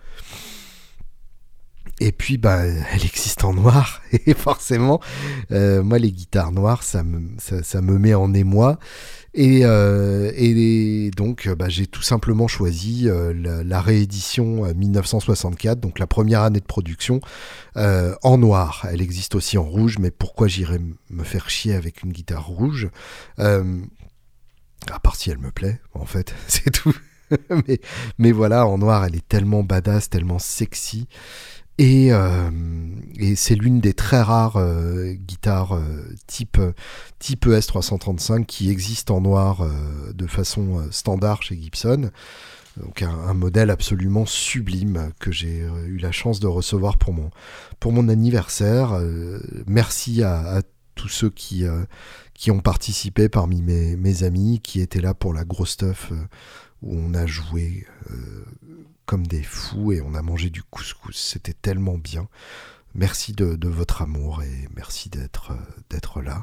Et puis elle existe en noir, et forcément moi les guitares noires ça me met en émoi, et donc j'ai tout simplement choisi la réédition 1964, donc la première année de production, en noir. Elle existe aussi en rouge, mais pourquoi j'irais me faire chier avec une guitare rouge, à part si elle me plaît en fait, c'est tout. mais voilà, en noir elle est tellement badass, tellement sexy. Et c'est l'une des très rares guitares type ES-335 qui existe en noir de façon standard chez Gibson. Donc un modèle absolument sublime que j'ai eu la chance de recevoir pour mon anniversaire. Merci à tous ceux qui ont participé parmi mes amis, qui étaient là pour la grosse stuff où on a joué comme des fous et on a mangé du couscous, c'était tellement bien. Merci de votre amour et merci d'être là.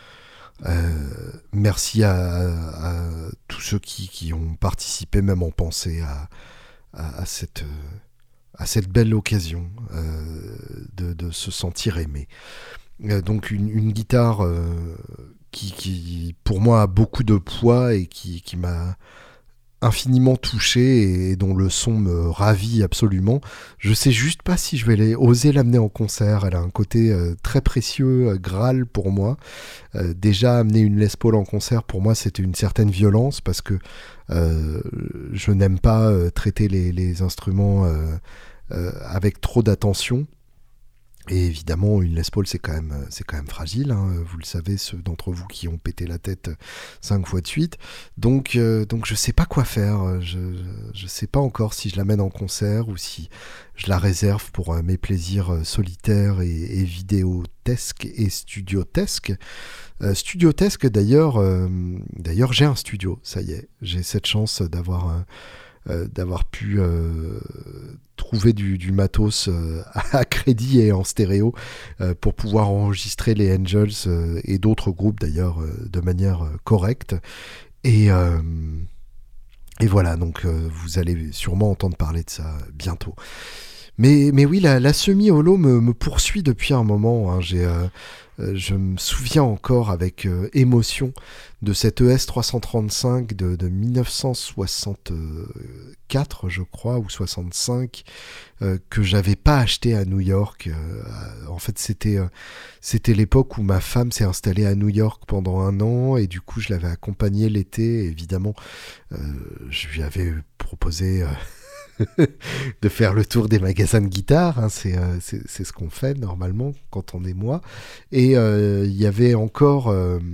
Merci à tous ceux qui ont participé, même en pensée, à cette belle occasion de se sentir aimé. Donc une guitare qui pour moi a beaucoup de poids et qui m'a infiniment touché et dont le son me ravit absolument. Je sais juste pas si je vais oser l'amener en concert. Elle a un côté très précieux, Graal pour moi. Déjà amener une Les Paul en concert, pour moi c'était une certaine violence, parce que je n'aime pas traiter les instruments avec trop d'attention. Et évidemment, une Les Paul, c'est quand même fragile, hein. Vous le savez, ceux d'entre vous qui ont pété la tête 5 fois de suite. Donc je sais pas quoi faire. Je sais pas encore si je l'amène en concert ou si je la réserve pour mes plaisirs solitaires et vidéotesques et studiotesques. Studiotesques d'ailleurs, j'ai un studio, ça y est. J'ai cette chance d'avoir pu trouver du matos à crédit et en stéréo pour pouvoir enregistrer les Angels et d'autres groupes d'ailleurs de manière correcte. Et voilà, donc vous allez sûrement entendre parler de ça bientôt. Mais oui, la semi-holo me poursuit depuis un moment, hein. Je me souviens encore avec émotion de cette ES-335 de 1964, je crois, ou 65, que j'avais pas acheté à New York. En fait, c'était l'époque où ma femme s'est installée à New York pendant 1 an, et du coup, je l'avais accompagnée l'été. Évidemment, je lui avais proposé de faire le tour des magasins de guitare, hein, c'est ce qu'on fait normalement quand on est moi. Et il y avait encore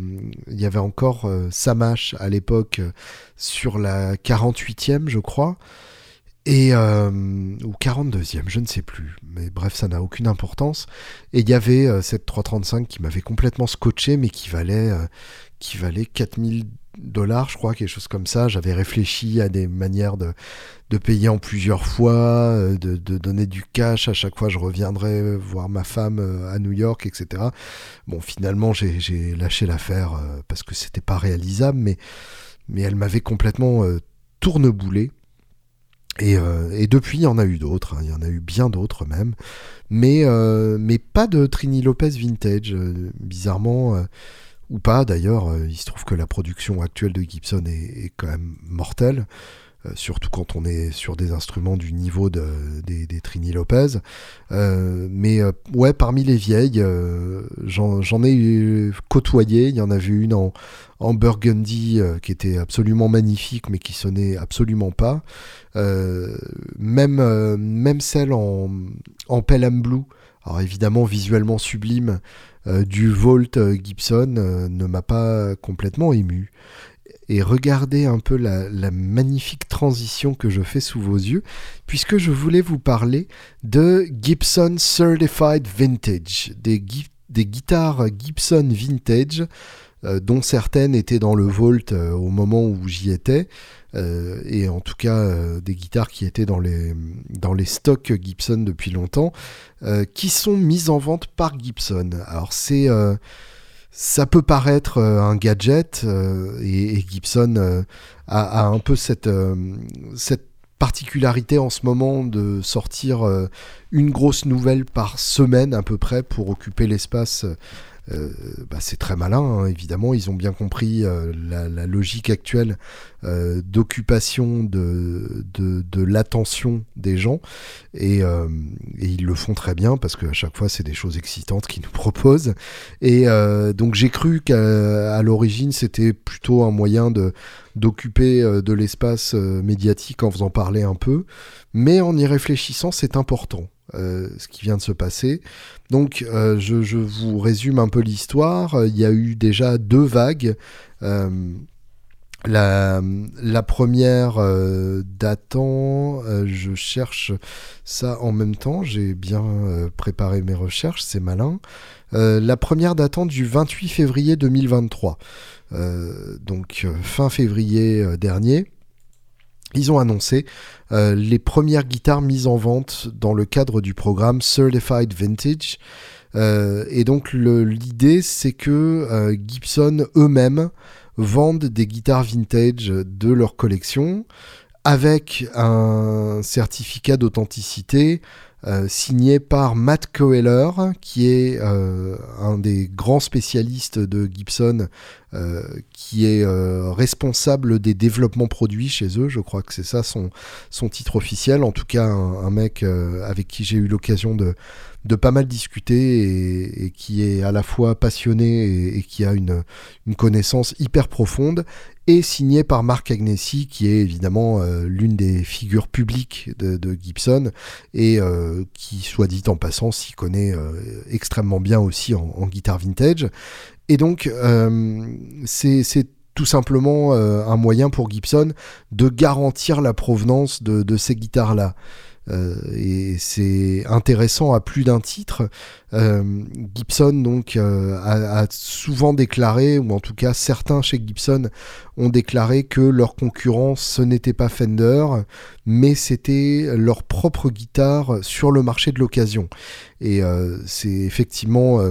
Samash à l'époque sur la 48e, je crois. Et ou 42e, je ne sais plus, mais bref, ça n'a aucune importance. Et il y avait cette 335 qui m'avait complètement scotché, mais qui valait $4000, je crois, quelque chose comme ça. J'avais réfléchi à des manières de payer en plusieurs fois, de donner du cash à chaque fois je reviendrais voir ma femme à New York, etc. Bon, finalement, j'ai lâché l'affaire parce que c'était pas réalisable, mais elle m'avait complètement tourneboulé. Et depuis, il y en a eu d'autres, hein, il y en a eu bien d'autres même, mais pas de Trini Lopez vintage, bizarrement, ou pas d'ailleurs, il se trouve que la production actuelle de Gibson est quand même mortelle, surtout quand on est sur des instruments du niveau des Trini Lopez. Ouais, parmi les vieilles, j'en ai côtoyé. Il y en avait une en Burgundy qui était absolument magnifique, mais qui sonnait absolument pas. Même celle en Pelham Blue, alors évidemment visuellement sublime, du Volt Gibson ne m'a pas complètement ému. Et regardez un peu la magnifique transition que je fais sous vos yeux, puisque je voulais vous parler de Gibson Certified Vintage, des guitares Gibson Vintage, dont certaines étaient dans le Vault au moment où j'y étais, et en tout cas des guitares qui étaient dans les stocks Gibson depuis longtemps, qui sont mises en vente par Gibson. Alors ça peut paraître un gadget, et Gibson a un peu cette particularité en ce moment de sortir une grosse nouvelle par semaine à peu près pour occuper l'espace. C'est très malin, hein, évidemment, ils ont bien compris la logique actuelle d'occupation de l'attention des gens, et ils le font très bien parce qu'à chaque fois c'est des choses excitantes qu'ils nous proposent, et donc j'ai cru qu'à l'origine c'était plutôt un moyen d'occuper de l'espace médiatique en faisant parler un peu, mais en y réfléchissant c'est important. Ce qui vient de se passer. Donc je vous résume un peu l'histoire. Il y a eu déjà 2 vagues. La première datant, je cherche ça en même temps, j'ai bien préparé mes recherches, c'est malin. La première datant du 28 février 2023, donc fin février dernier. Ils ont annoncé les premières guitares mises en vente dans le cadre du programme Certified Vintage. Et donc l'idée, c'est que Gibson eux-mêmes vendent des guitares vintage de leur collection avec un certificat d'authenticité signé par Matt Coeller, qui est un des grands spécialistes de Gibson, qui est responsable des développements produits chez eux. Je crois que c'est ça son titre officiel. En tout cas, un mec avec qui j'ai eu l'occasion de pas mal discuter, et qui est à la fois passionné et qui a une connaissance hyper profonde, et signé par Mark Agnesi, qui est évidemment l'une des figures publiques de Gibson, et qui, soit dit en passant, s'y connaît extrêmement bien aussi en guitare vintage. Et donc c'est tout simplement un moyen pour Gibson de garantir la provenance de ces guitares-là. Et c'est intéressant à plus d'un titre. Gibson donc a souvent déclaré, ou en tout cas certains chez Gibson ont déclaré que leur concurrent ce n'était pas Fender, mais c'était leur propre guitare sur le marché de l'occasion. Et c'est effectivement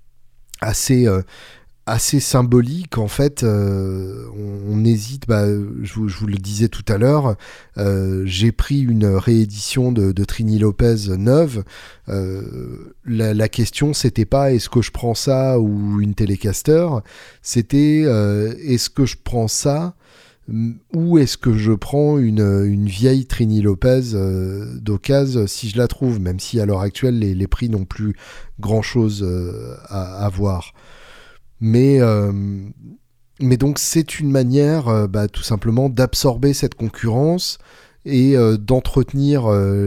assez symbolique en fait. On hésite, je vous le disais tout à l'heure, j'ai pris une réédition de Trini Lopez neuve. La question c'était pas est-ce que je prends ça ou une Telecaster, c'était est-ce que je prends ça ou est-ce que je prends une vieille Trini Lopez d'occasion si je la trouve, même si à l'heure actuelle les prix n'ont plus grand chose à voir. Mais donc c'est une manière tout simplement d'absorber cette concurrence et d'entretenir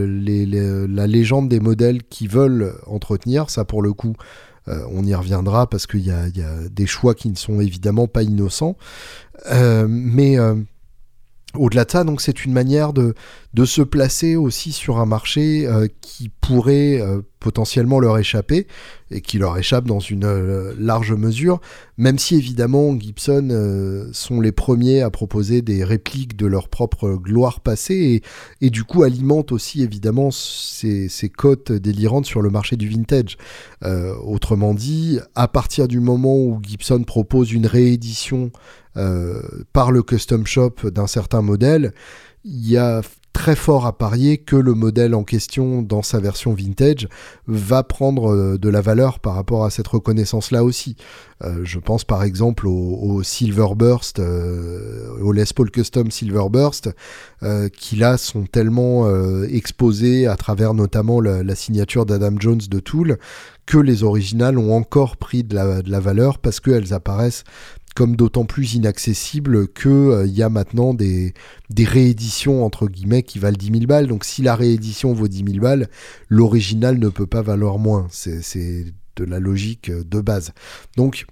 la légende des modèles qui veulent entretenir. Ça, pour le coup, on y reviendra parce qu'il y a des choix qui ne sont évidemment pas innocents. Mais au-delà de ça, donc, c'est une manière de se placer aussi sur un marché qui pourrait potentiellement leur échapper et qui leur échappe dans une large mesure, même si évidemment Gibson sont les premiers à proposer des répliques de leur propre gloire passée et du coup alimentent aussi évidemment ces cotes délirantes sur le marché du vintage. Autrement dit, à partir du moment où Gibson propose une réédition par le custom shop d'un certain modèle, il y a très fort à parier que le modèle en question dans sa version vintage va prendre de la valeur par rapport à cette reconnaissance-là aussi. Je pense par exemple au Silverburst, au Les Paul Custom Silverburst, qui là sont tellement exposés à travers notamment la signature d'Adam Jones de Tool, que les originales ont encore pris de la valeur parce qu'elles apparaissent comme d'autant plus inaccessible qu'il y a maintenant des rééditions, entre guillemets, qui valent 10 000 balles. Donc si la réédition vaut 10 000 balles, l'original ne peut pas valoir moins. C'est de la logique de base. Donc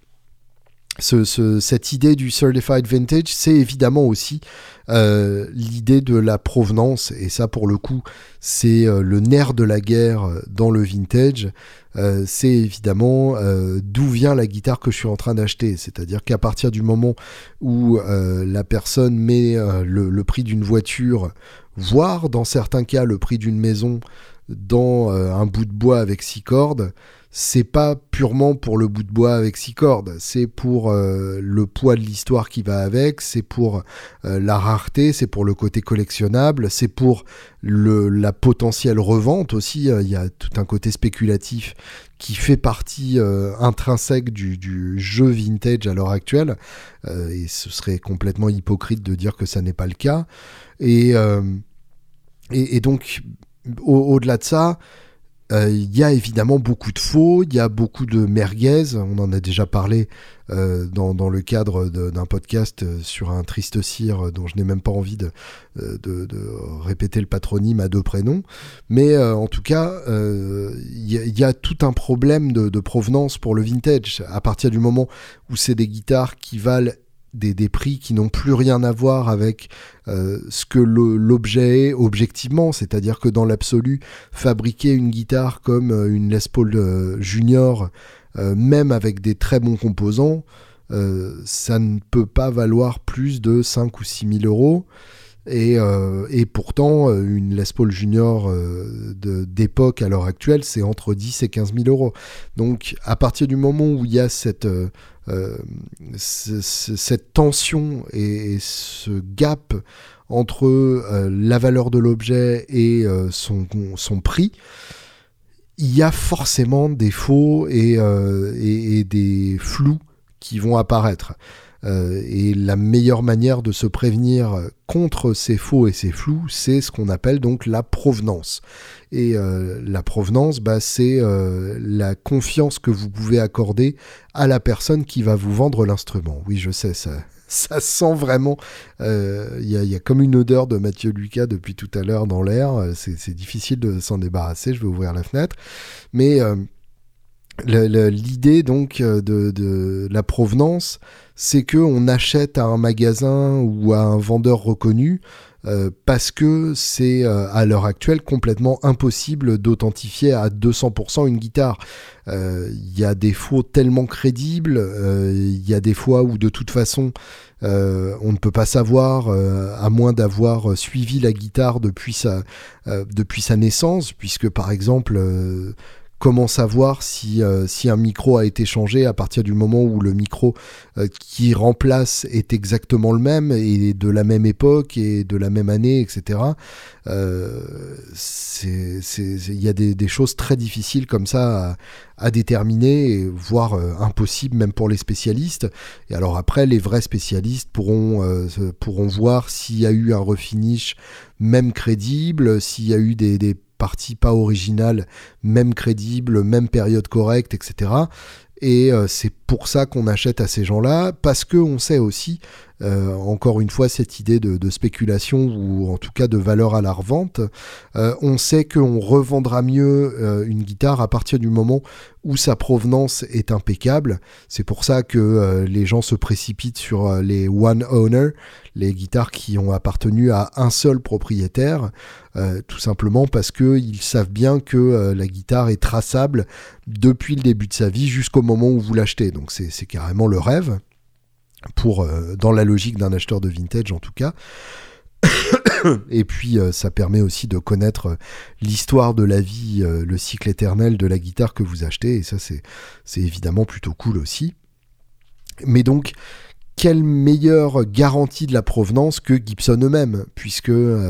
cette idée du Certified Vintage, c'est évidemment aussi l'idée de la provenance, et ça pour le coup c'est le nerf de la guerre dans le vintage. C'est évidemment d'où vient la guitare que je suis en train d'acheter, c'est-à-dire qu'à partir du moment où la personne met le prix d'une voiture, voire dans certains cas le prix d'une maison, dans un bout de bois avec 6 cordes, c'est pas purement pour le bout de bois avec 6 cordes, c'est pour le poids de l'histoire qui va avec, c'est pour la rareté, c'est pour le côté collectionnable, c'est pour la potentielle revente aussi. Il y a tout un côté spéculatif qui fait partie intrinsèque du jeu vintage à l'heure actuelle, et ce serait complètement hypocrite de dire que ça n'est pas le cas. Et donc, au-delà de ça, il y a évidemment beaucoup de faux, il y a beaucoup de merguez. On en a déjà parlé dans le cadre d'un podcast sur un triste cire dont je n'ai même pas envie de répéter le patronyme à 2 prénoms. Mais en tout cas, il y a tout un problème de provenance pour le vintage. À partir du moment où c'est des guitares qui valent des prix qui n'ont plus rien à voir avec ce que l'objet est objectivement, c'est-à-dire que dans l'absolu, fabriquer une guitare comme une Les Paul Junior, même avec des très bons composants, ça ne peut pas valoir plus de 5 ou 6 000 euros. Et pourtant, une Les Paul Junior d'époque à l'heure actuelle, c'est entre 10 et 15 000 euros. Donc, à partir du moment où il y a cette tension et ce gap entre la valeur de l'objet et son prix, il y a forcément des faux et des flous qui vont apparaître. Et la meilleure manière de se prévenir contre ces faux et ces flous, c'est ce qu'on appelle donc la provenance. Et la provenance, c'est la confiance que vous pouvez accorder à la personne qui va vous vendre l'instrument. Oui, je sais, ça sent vraiment... Il y a comme une odeur de Mathieu Lucas depuis tout à l'heure dans l'air. C'est difficile de s'en débarrasser, je vais ouvrir la fenêtre. Mais... l'idée donc de la provenance, c'est qu'on achète à un magasin ou à un vendeur reconnu parce que c'est à l'heure actuelle complètement impossible d'authentifier à 200% une guitare. Il y a des faux tellement crédibles, il y a des fois où de toute façon on ne peut pas savoir, à moins d'avoir suivi la guitare depuis sa naissance, puisque par exemple... Comment savoir si un micro a été changé à partir du moment où le micro qui remplace est exactement le même et de la même époque et de la même année, etc. Il y a des choses très difficiles comme ça à déterminer, voire impossible même pour les spécialistes. Et alors après, les vrais spécialistes pourront voir s'il y a eu un refinish même crédible, s'il y a eu des partie pas originale, même crédible, même période correcte, etc. Et c'est pour ça qu'on achète à ces gens-là, parce qu'on sait aussi, encore une fois, cette idée de spéculation ou en tout cas de valeur à la revente, on sait qu'on revendra mieux une guitare à partir du moment où sa provenance est impeccable. C'est pour ça que les gens se précipitent sur les one owner, les guitares qui ont appartenu à un seul propriétaire, tout simplement parce qu'ils savent bien que la guitare est traçable depuis le début de sa vie jusqu'au moment où vous l'achetez. Donc c'est carrément le rêve, dans la logique d'un acheteur de vintage en tout cas. Et puis ça permet aussi de connaître l'histoire de la vie, le cycle éternel de la guitare que vous achetez, et ça c'est évidemment plutôt cool aussi. Mais donc, quelle meilleure garantie de la provenance que Gibson eux-mêmes, puisque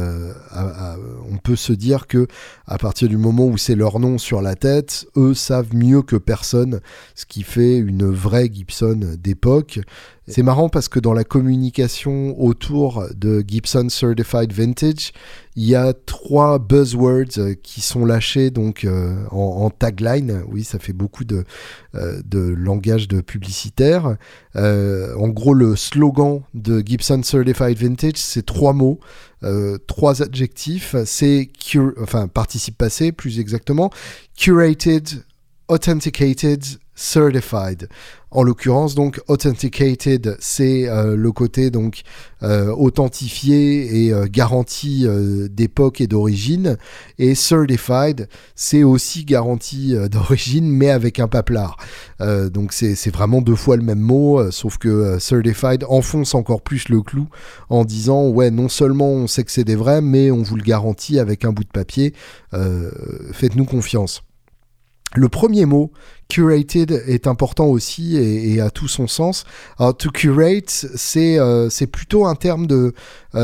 on peut se dire que à partir du moment où c'est leur nom sur la tête, eux savent mieux que personne ce qui fait une vraie Gibson d'époque. C'est marrant parce que dans la communication autour de Gibson Certified Vintage, il y a 3 buzzwords qui sont lâchés donc en tagline. Oui, ça fait beaucoup de langage de publicitaire. En gros, le slogan de Gibson Certified Vintage, c'est 3 mots, 3 adjectifs. C'est participe passé plus exactement, curated, authenticated, certified. En l'occurrence, donc, authenticated, c'est le côté donc authentifié et garanti d'époque et d'origine, et certified, c'est aussi garanti d'origine, mais avec un paplard. Donc c'est vraiment 2 fois le même mot, sauf que certified enfonce encore plus le clou en disant ouais, non seulement on sait que c'est des vrais, mais on vous le garantit avec un bout de papier. Faites-nous confiance. Le premier mot, curated, est important aussi et a tout son sens. Alors, to curate, c'est plutôt un terme de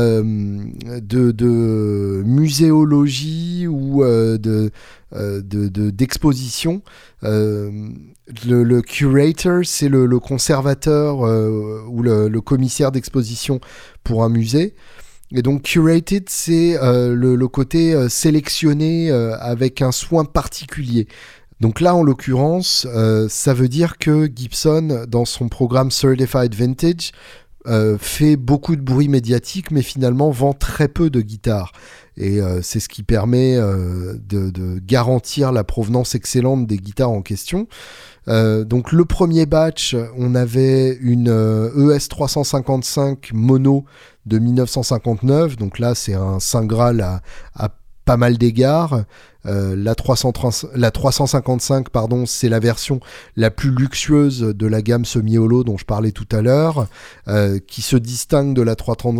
muséologie ou d'exposition. Le curator, c'est le conservateur ou le commissaire d'exposition pour un musée. Et donc curated, c'est le côté sélectionné avec un soin particulier. Donc là, en l'occurrence, ça veut dire que Gibson, dans son programme Certified Vintage, fait beaucoup de bruit médiatique, mais finalement vend très peu de guitares. Et c'est ce qui permet de garantir la provenance excellente des guitares en question. Donc le premier batch, on avait une ES 355 mono de 1959. Donc là, c'est un Saint Graal à pas mal d'égards. La 355, c'est la version la plus luxueuse de la gamme semi-holo dont je parlais tout à l'heure, qui se distingue de la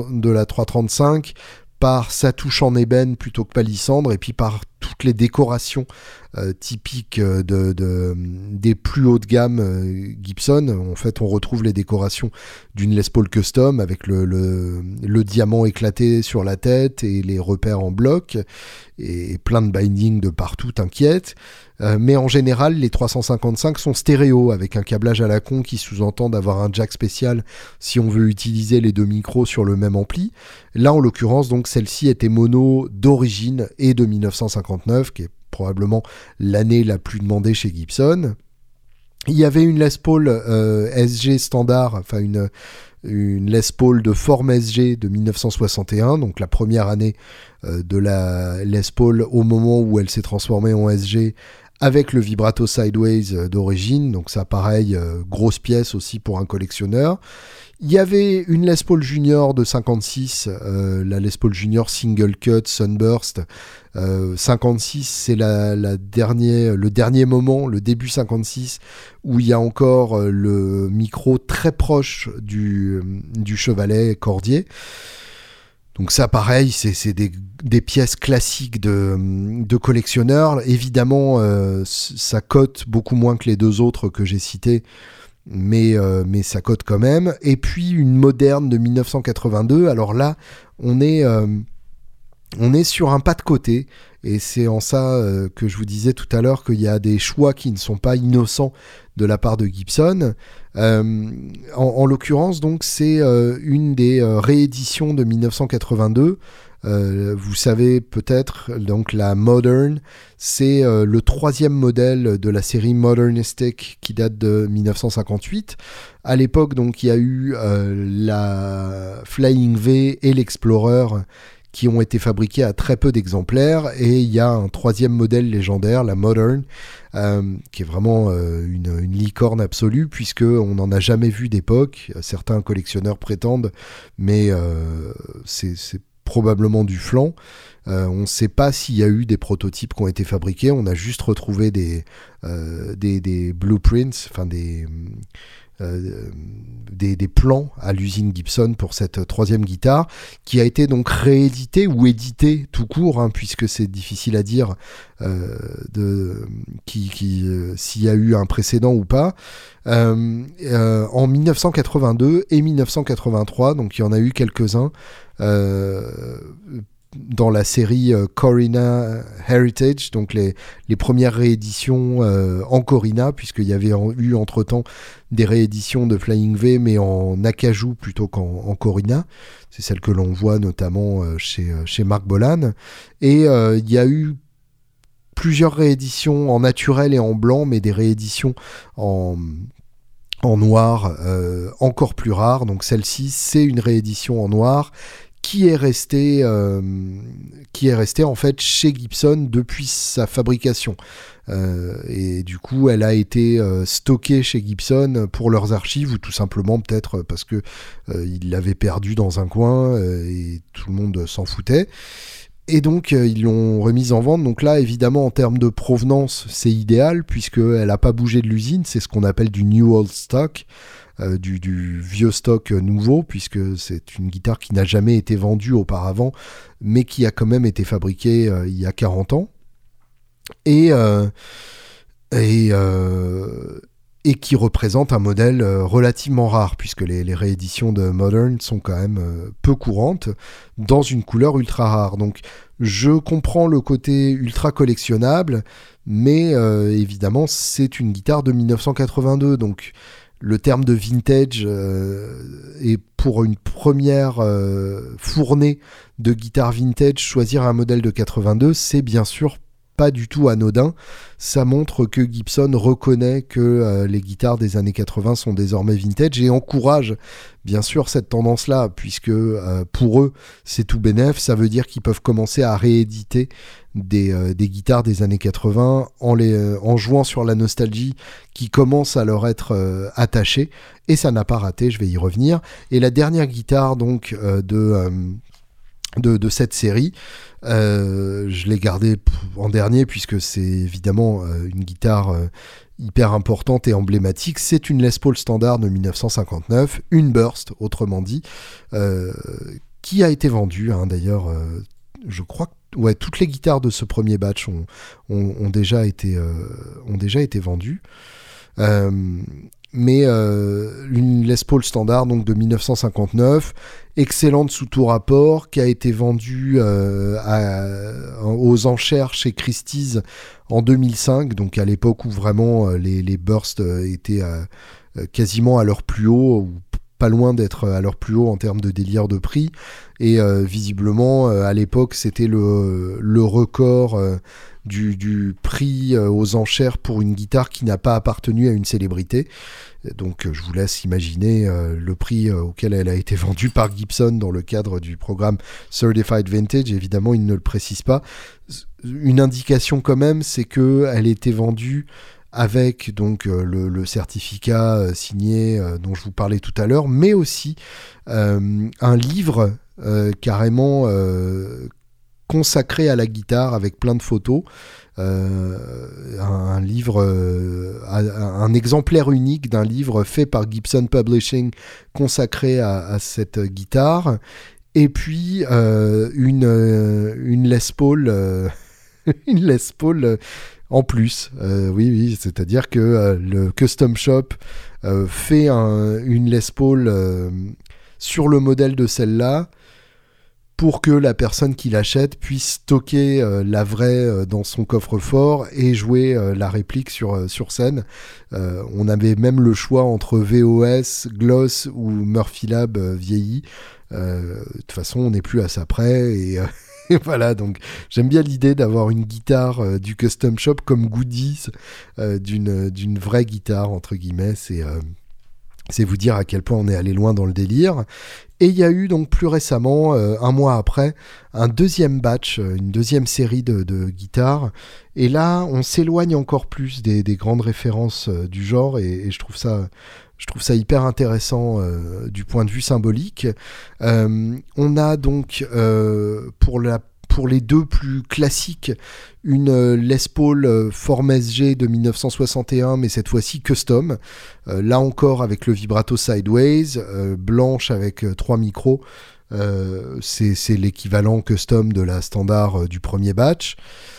335 par sa touche en ébène plutôt que palissandre, et puis par toutes les décorations typiques des plus hautes gammes Gibson. En fait, on retrouve les décorations d'une Les Paul Custom avec le diamant éclaté sur la tête et les repères en bloc et plein de bindings de partout, t'inquiète. Mais en général, les 355 sont stéréo avec un câblage à la con qui sous-entend d'avoir un jack spécial si on veut utiliser les 2 micros sur le même ampli. Là, en l'occurrence, donc celle-ci était mono d'origine et de 1959, qui est probablement l'année la plus demandée chez Gibson. Il y avait une Les Paul SG standard, enfin une Les Paul de forme SG de 1961, donc la première année de la Les Paul au moment où elle s'est transformée en SG, avec le vibrato sideways d'origine. Donc ça, pareil, grosse pièce aussi pour un collectionneur. Il y avait une Les Paul Junior de 56, la Les Paul Junior Single Cut Sunburst. 56, c'est le dernier moment, le début 56, où il y a encore le micro très proche du chevalet cordier. Donc ça, pareil, c'est des pièces classiques de collectionneurs. Évidemment, ça cote beaucoup moins que les 2 autres que j'ai cités, mais ça cote quand même. Et puis une moderne de 1982. Alors là, on est sur un pas de côté, Et c'est en ça que je vous disais tout à l'heure qu'il y a des choix qui ne sont pas innocents de la part de Gibson. En l'occurrence, donc, c'est une des rééditions de 1982. Vous savez peut-être, donc la Modern, c'est le 3e modèle de la série Modernistic qui date de 1958. À l'époque, donc, il y a eu la Flying V et l'Explorer qui ont été fabriqués à très peu d'exemplaires, et il y a un 3e modèle légendaire, la Modern, qui est vraiment une licorne absolue, puisqu'on n'en a jamais vu d'époque. Certains collectionneurs prétendent, mais c'est probablement du flan. On ne sait pas s'il y a eu des prototypes qui ont été fabriqués, on a juste retrouvé des blueprints, enfin des plans à l'usine Gibson pour cette 3e guitare, qui a été donc rééditée ou éditée tout court, puisque c'est difficile à dire s'il y a eu un précédent ou pas, en 1982 et 1983, donc il y en a eu quelques-uns dans la série Corina Heritage, donc les premières rééditions en Corina, puisqu'il y avait eu entre-temps des rééditions de Flying V, mais en acajou plutôt qu'en Corina. C'est celle que l'on voit notamment chez Marc Bolan. Et il y a eu plusieurs rééditions en naturel et en blanc, mais des rééditions en noir encore plus rares. Donc celle-ci, c'est une réédition en noir qui est restée en fait chez Gibson depuis sa fabrication. Et du coup, elle a été stockée chez Gibson pour leurs archives, ou tout simplement peut-être parce que ils l'avaient perdue dans un coin et tout le monde s'en foutait. Et donc, ils l'ont remise en vente. Donc là, évidemment, en termes de provenance, c'est idéal, puisqu'elle n'a pas bougé de l'usine. C'est ce qu'on appelle du New Old Stock, du vieux stock nouveau, puisque c'est une guitare qui n'a jamais été vendue auparavant, mais qui a quand même été fabriquée il y a 40 ans. Et qui représente un modèle relativement rare, puisque les rééditions de Modern sont quand même peu courantes, dans une couleur ultra rare. Donc je comprends le côté ultra collectionnable, mais évidemment c'est une guitare de 1982, donc le terme de vintage est pour une première fournée de guitare vintage, choisir un modèle de 82, c'est bien sûr pas du tout anodin. Ça montre que Gibson reconnaît que les guitares des années 80 sont désormais vintage et encourage bien sûr cette tendance-là, puisque pour eux c'est tout bénef. Ça veut dire qu'ils peuvent commencer à rééditer des guitares des années 80 en jouant sur la nostalgie qui commence à leur être attachée, et ça n'a pas raté, je vais y revenir. Et la dernière guitare donc de cette série, je l'ai gardée en dernier puisque c'est évidemment une guitare hyper importante et emblématique. C'est une Les Paul standard de 1959, une Burst autrement dit, qui a été vendue d'ailleurs, je crois que toutes les guitares de ce premier batch ont déjà été vendues. Mais une Les Paul standard donc de 1959, excellente sous tout rapport, qui a été vendue aux enchères chez Christie's en 2005, donc à l'époque où vraiment les Burst étaient quasiment à leur plus haut, ou pas loin d'être à leur plus haut en termes de délire de prix, et visiblement à l'époque c'était le record du prix aux enchères pour une guitare qui n'a pas appartenu à une célébrité. Donc je vous laisse imaginer le prix auquel elle a été vendue par Gibson dans le cadre du programme Certified Vintage. Évidemment, il ne le précise pas. Une indication quand même, c'est qu'elle était vendue avec donc le certificat signé dont je vous parlais tout à l'heure, mais aussi un livre carrément consacré à la guitare avec plein de photos, un livre, un exemplaire unique d'un livre fait par Gibson Publishing consacré à cette guitare, et puis une Les Paul une Les Paul en plus, oui, c'est-à-dire que le Custom Shop fait une Les Paul sur le modèle de celle-là, pour que la personne qui l'achète puisse stocker la vraie dans son coffre-fort et jouer la réplique sur scène. On avait même le choix entre VOS, Gloss ou Murphy Lab vieilli. De toute façon, on n'est plus à ça près et voilà, donc j'aime bien l'idée d'avoir une guitare du Custom Shop comme goodies d'une vraie guitare, entre guillemets. C'est vous dire à quel point on est allé loin dans le délire. Et il y a eu donc plus récemment, un mois après, un deuxième batch, une deuxième série de guitares. Et là, on s'éloigne encore plus des grandes références du genre et je trouve ça hyper intéressant du point de vue symbolique. On a donc pour les deux plus classiques, une Les Paul Form SG de 1961, mais cette fois-ci custom. Là encore avec le vibrato sideways, blanche avec 3 micros. C'est l'équivalent custom de la standard du premier batch.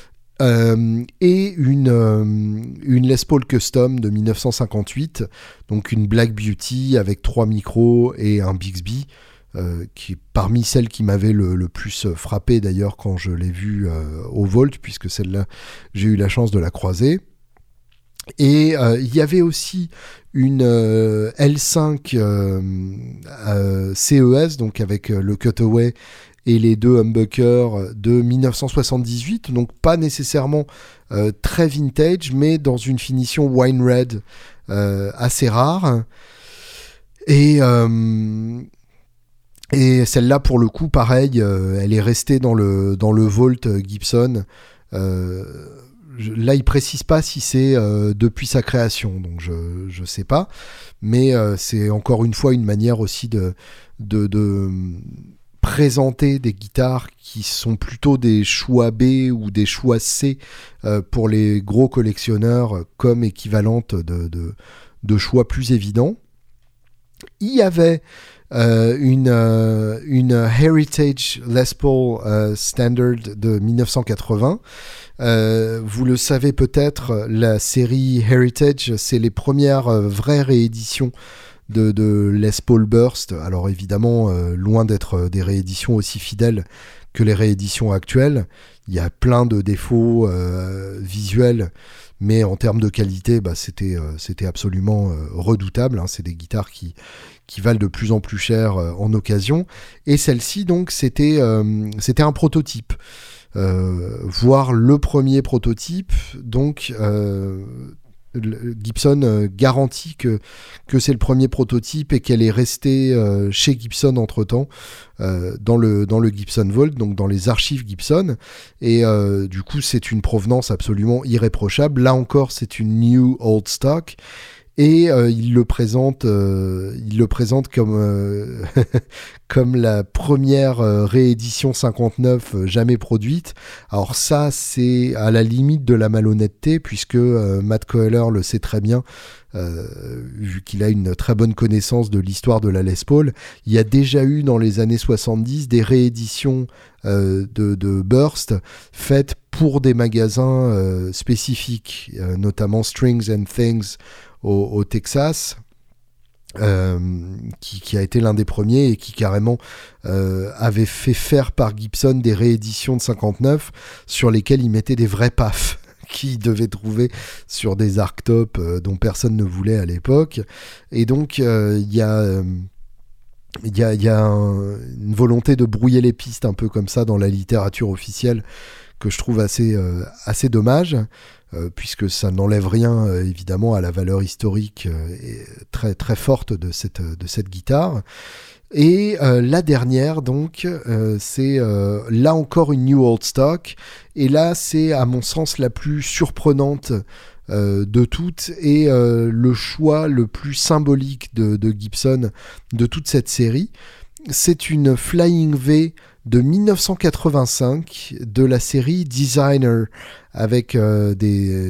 Et une Les Paul Custom de 1958, donc une Black Beauty avec 3 micros et un Bixby, qui est parmi celles qui m'avaient le plus frappé d'ailleurs quand je l'ai vue au Volt, puisque celle-là, j'ai eu la chance de la croiser. Et il y avait aussi une L5 CES, donc avec le cutaway et les deux humbuckers de 1978, donc pas nécessairement très vintage, mais dans une finition wine red assez rare. Et celle-là, pour le coup, pareil, elle est restée dans le Volt Gibson. Là, il précise pas si c'est depuis sa création, donc je sais pas. Mais c'est encore une fois une manière aussi de présenter des guitares qui sont plutôt des choix B ou des choix C pour les gros collectionneurs comme équivalente de choix plus évidents. Il y avait une Heritage Les Paul Standard de 1980. Vous le savez peut-être, la série Heritage, c'est les premières vraies rééditions de Les Paul Burst. Alors évidemment, loin d'être des rééditions aussi fidèles que les rééditions actuelles. Il y a plein de défauts visuels, mais en termes de qualité, c'était absolument redoutable. Hein. C'est des guitares qui valent de plus en plus cher en occasion. Et celle-ci, donc, c'était un prototype. Voire le premier prototype. Donc, Gibson garantit que c'est le premier prototype et qu'elle est restée chez Gibson entre-temps, dans le Gibson Vault, donc dans les archives Gibson. Et du coup, c'est une provenance absolument irréprochable. Là encore, c'est une New Old Stock. Et il le présente comme comme la première réédition 59 jamais produite. Alors ça, c'est à la limite de la malhonnêteté, puisque Matt Coeller le sait très bien, vu qu'il a une très bonne connaissance de l'histoire de la Les Paul. Il y a déjà eu dans les années 70 des rééditions de Burst faites pour des magasins spécifiques, notamment Strings and Things au Texas, qui a été l'un des premiers et qui carrément avait fait faire par Gibson des rééditions de 59 sur lesquelles il mettait des vrais pafs qu'il devait trouver sur des arctops dont personne ne voulait à l'époque. Et donc il y a une volonté de brouiller les pistes un peu comme ça dans la littérature officielle que je trouve assez dommage. Puisque ça n'enlève rien évidemment à la valeur historique très très forte de cette guitare. Et la dernière donc c'est là encore une New Old Stock, et là c'est à mon sens la plus surprenante de toutes et le choix le plus symbolique de Gibson de toute cette série. C'est une Flying V de 1985 de la série Designer, avec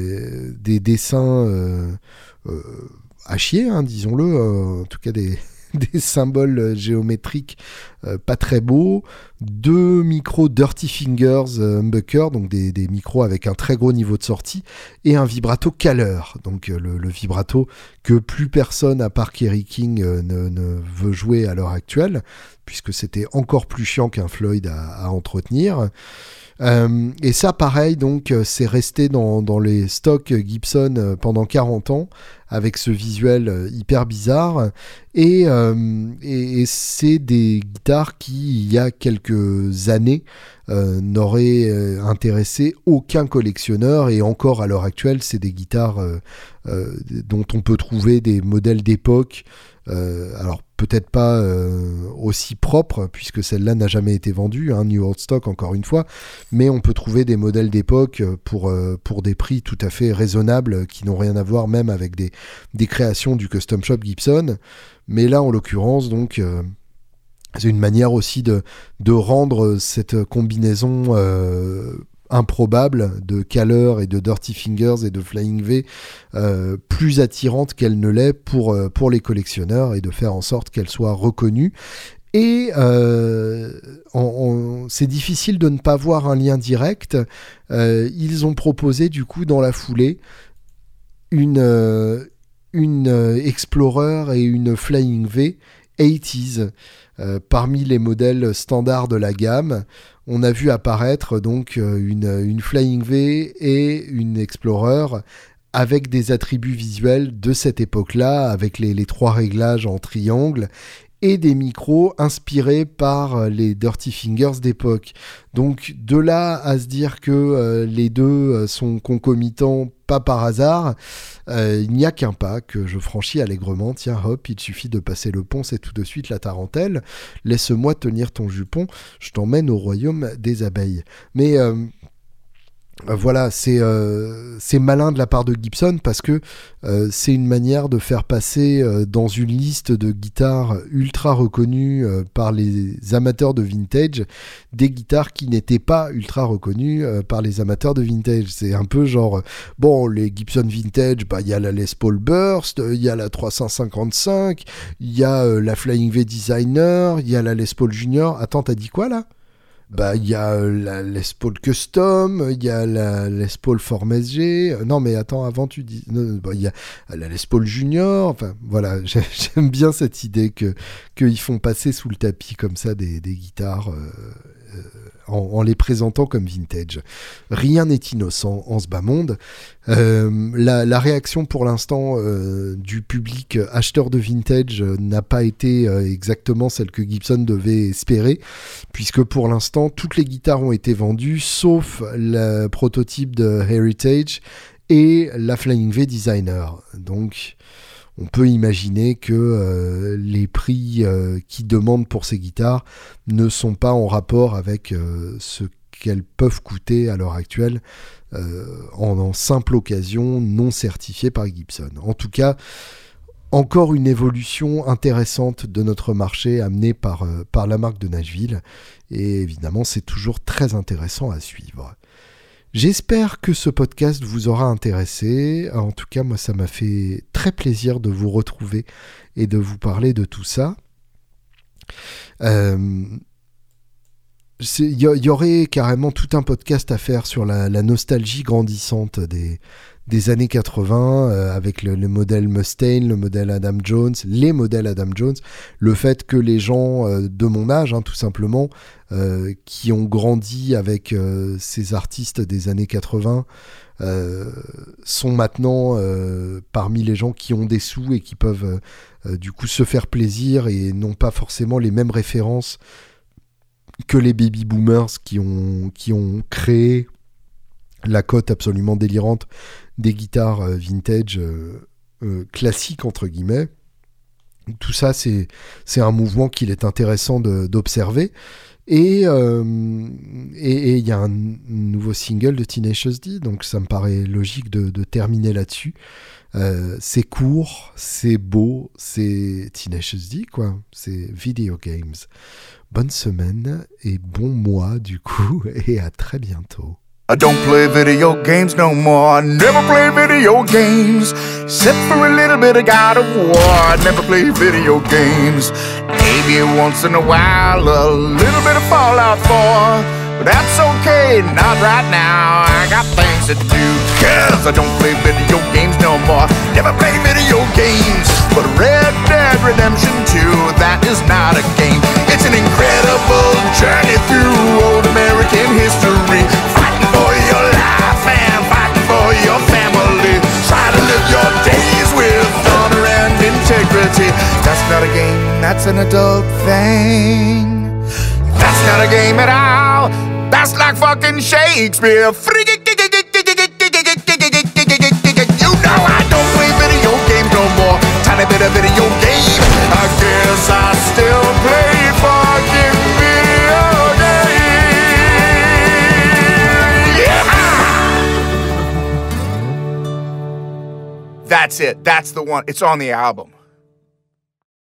des dessins à chier, hein, disons-le, en tout cas des des symboles géométriques pas très beaux, 2 micros Dirty Fingers humbucker, donc des micros avec un très gros niveau de sortie, et un vibrato caleur, donc le vibrato que plus personne à part Kerry King ne veut jouer à l'heure actuelle, puisque c'était encore plus chiant qu'un Floyd à entretenir. Et ça, pareil, donc, c'est resté dans les stocks Gibson pendant 40 ans, avec ce visuel hyper bizarre. Et c'est des guitares qui, il y a quelques années, n'auraient intéressé aucun collectionneur. Et encore à l'heure actuelle, c'est des guitares dont on peut trouver des modèles d'époque. Alors peut-être pas aussi propre, puisque celle-là n'a jamais été vendue, New Old Stock encore une fois, mais on peut trouver des modèles d'époque pour des prix tout à fait raisonnables, qui n'ont rien à voir même avec des créations du Custom Shop Gibson. Mais là, en l'occurrence, donc, c'est une manière aussi de rendre cette combinaison improbable de Caleur et de Dirty Fingers et de Flying V plus attirante qu'elle ne l'est pour les collectionneurs, et de faire en sorte qu'elle soit reconnue. Et c'est difficile de ne pas voir un lien direct. Ils ont proposé du coup dans la foulée une Explorer et une Flying V 80s parmi les modèles standards de la gamme. On a vu apparaître donc une Flying V et une Explorer avec des attributs visuels de cette époque-là, avec les 3 réglages en triangle, et des micros inspirés par les Dirty Fingers d'époque. Donc de là à se dire que les deux sont concomitants, pas par hasard, il n'y a qu'un pas que je franchis allègrement. Tiens, hop, il suffit de passer le pont, c'est tout de suite la tarentelle. Laisse-moi tenir ton jupon, je t'emmène au royaume des abeilles. Mais voilà, c'est malin de la part de Gibson, parce que c'est une manière de faire passer dans une liste de guitares ultra reconnues par les amateurs de vintage, des guitares qui n'étaient pas ultra reconnues par les amateurs de vintage. C'est un peu genre, bon, les Gibson vintage, il y a la Les Paul Burst, il y a la 355, il y a la Flying V Designer, il y a la Les Paul Junior. Attends, t'as dit quoi là ? Il y a la Les Paul Custom, il y a la Les Paul Form SG. Non, mais attends, avant tu dis... il y a la Les Paul Junior. Enfin, voilà, j'aime bien cette idée qu'ils font passer sous le tapis comme ça des guitares en les présentant comme vintage. Rien n'est innocent en ce bas monde. La réaction pour l'instant du public acheteur de vintage n'a pas été exactement celle que Gibson devait espérer, puisque pour l'instant toutes les guitares ont été vendues sauf le prototype de Heritage et la Flying V Designer. Donc on peut imaginer que les prix qu'ils demandent pour ces guitares ne sont pas en rapport avec ce qu'elles peuvent coûter à l'heure actuelle en simple occasion non certifiée par Gibson. En tout cas, encore une évolution intéressante de notre marché amenée par la marque de Nashville. Et évidemment, c'est toujours très intéressant à suivre. J'espère que ce podcast vous aura intéressé. En tout cas, moi, ça m'a fait très plaisir de vous retrouver et de vous parler de tout ça. Il y aurait carrément tout un podcast à faire sur la nostalgie grandissante des années 80, avec le modèle Mustaine, le modèle Adam Jones, les modèles Adam Jones, le fait que les gens de mon âge, tout simplement, qui ont grandi avec ces artistes des années 80, sont maintenant parmi les gens qui ont des sous et qui peuvent du coup se faire plaisir et n'ont pas forcément les mêmes références que les baby boomers qui ont créé la cote absolument délirante des guitares vintage classiques entre guillemets. Tout ça, c'est un mouvement qu'il est intéressant d'observer. Et il y a un nouveau single de Tenacious D, donc ça me paraît logique de terminer là-dessus. C'est court, c'est beau, c'est Tenacious D, quoi. C'est Video Games. Bonne semaine et bon mois du coup, et à très bientôt. I don't play video games no more. I never play video games, except for a little bit of God of War. I never play video games. Maybe once in a while, a little bit of Fallout 4. But that's okay, not right now. I got things to do, cause I don't play video games no more. Never play video games. But Red Dead Redemption 2, that is not a game. It's an incredible journey through old American history. Fighting for your life and fighting for your family. Try to live your days with honor and integrity. That's not a game, that's an adult thing. That's not a game at all. That's like fucking Shakespeare. You know I don't play video games no more. Tiny bit of video game. I guess I still play fucking video games. Yeah. That's it. That's the one. It's on the album.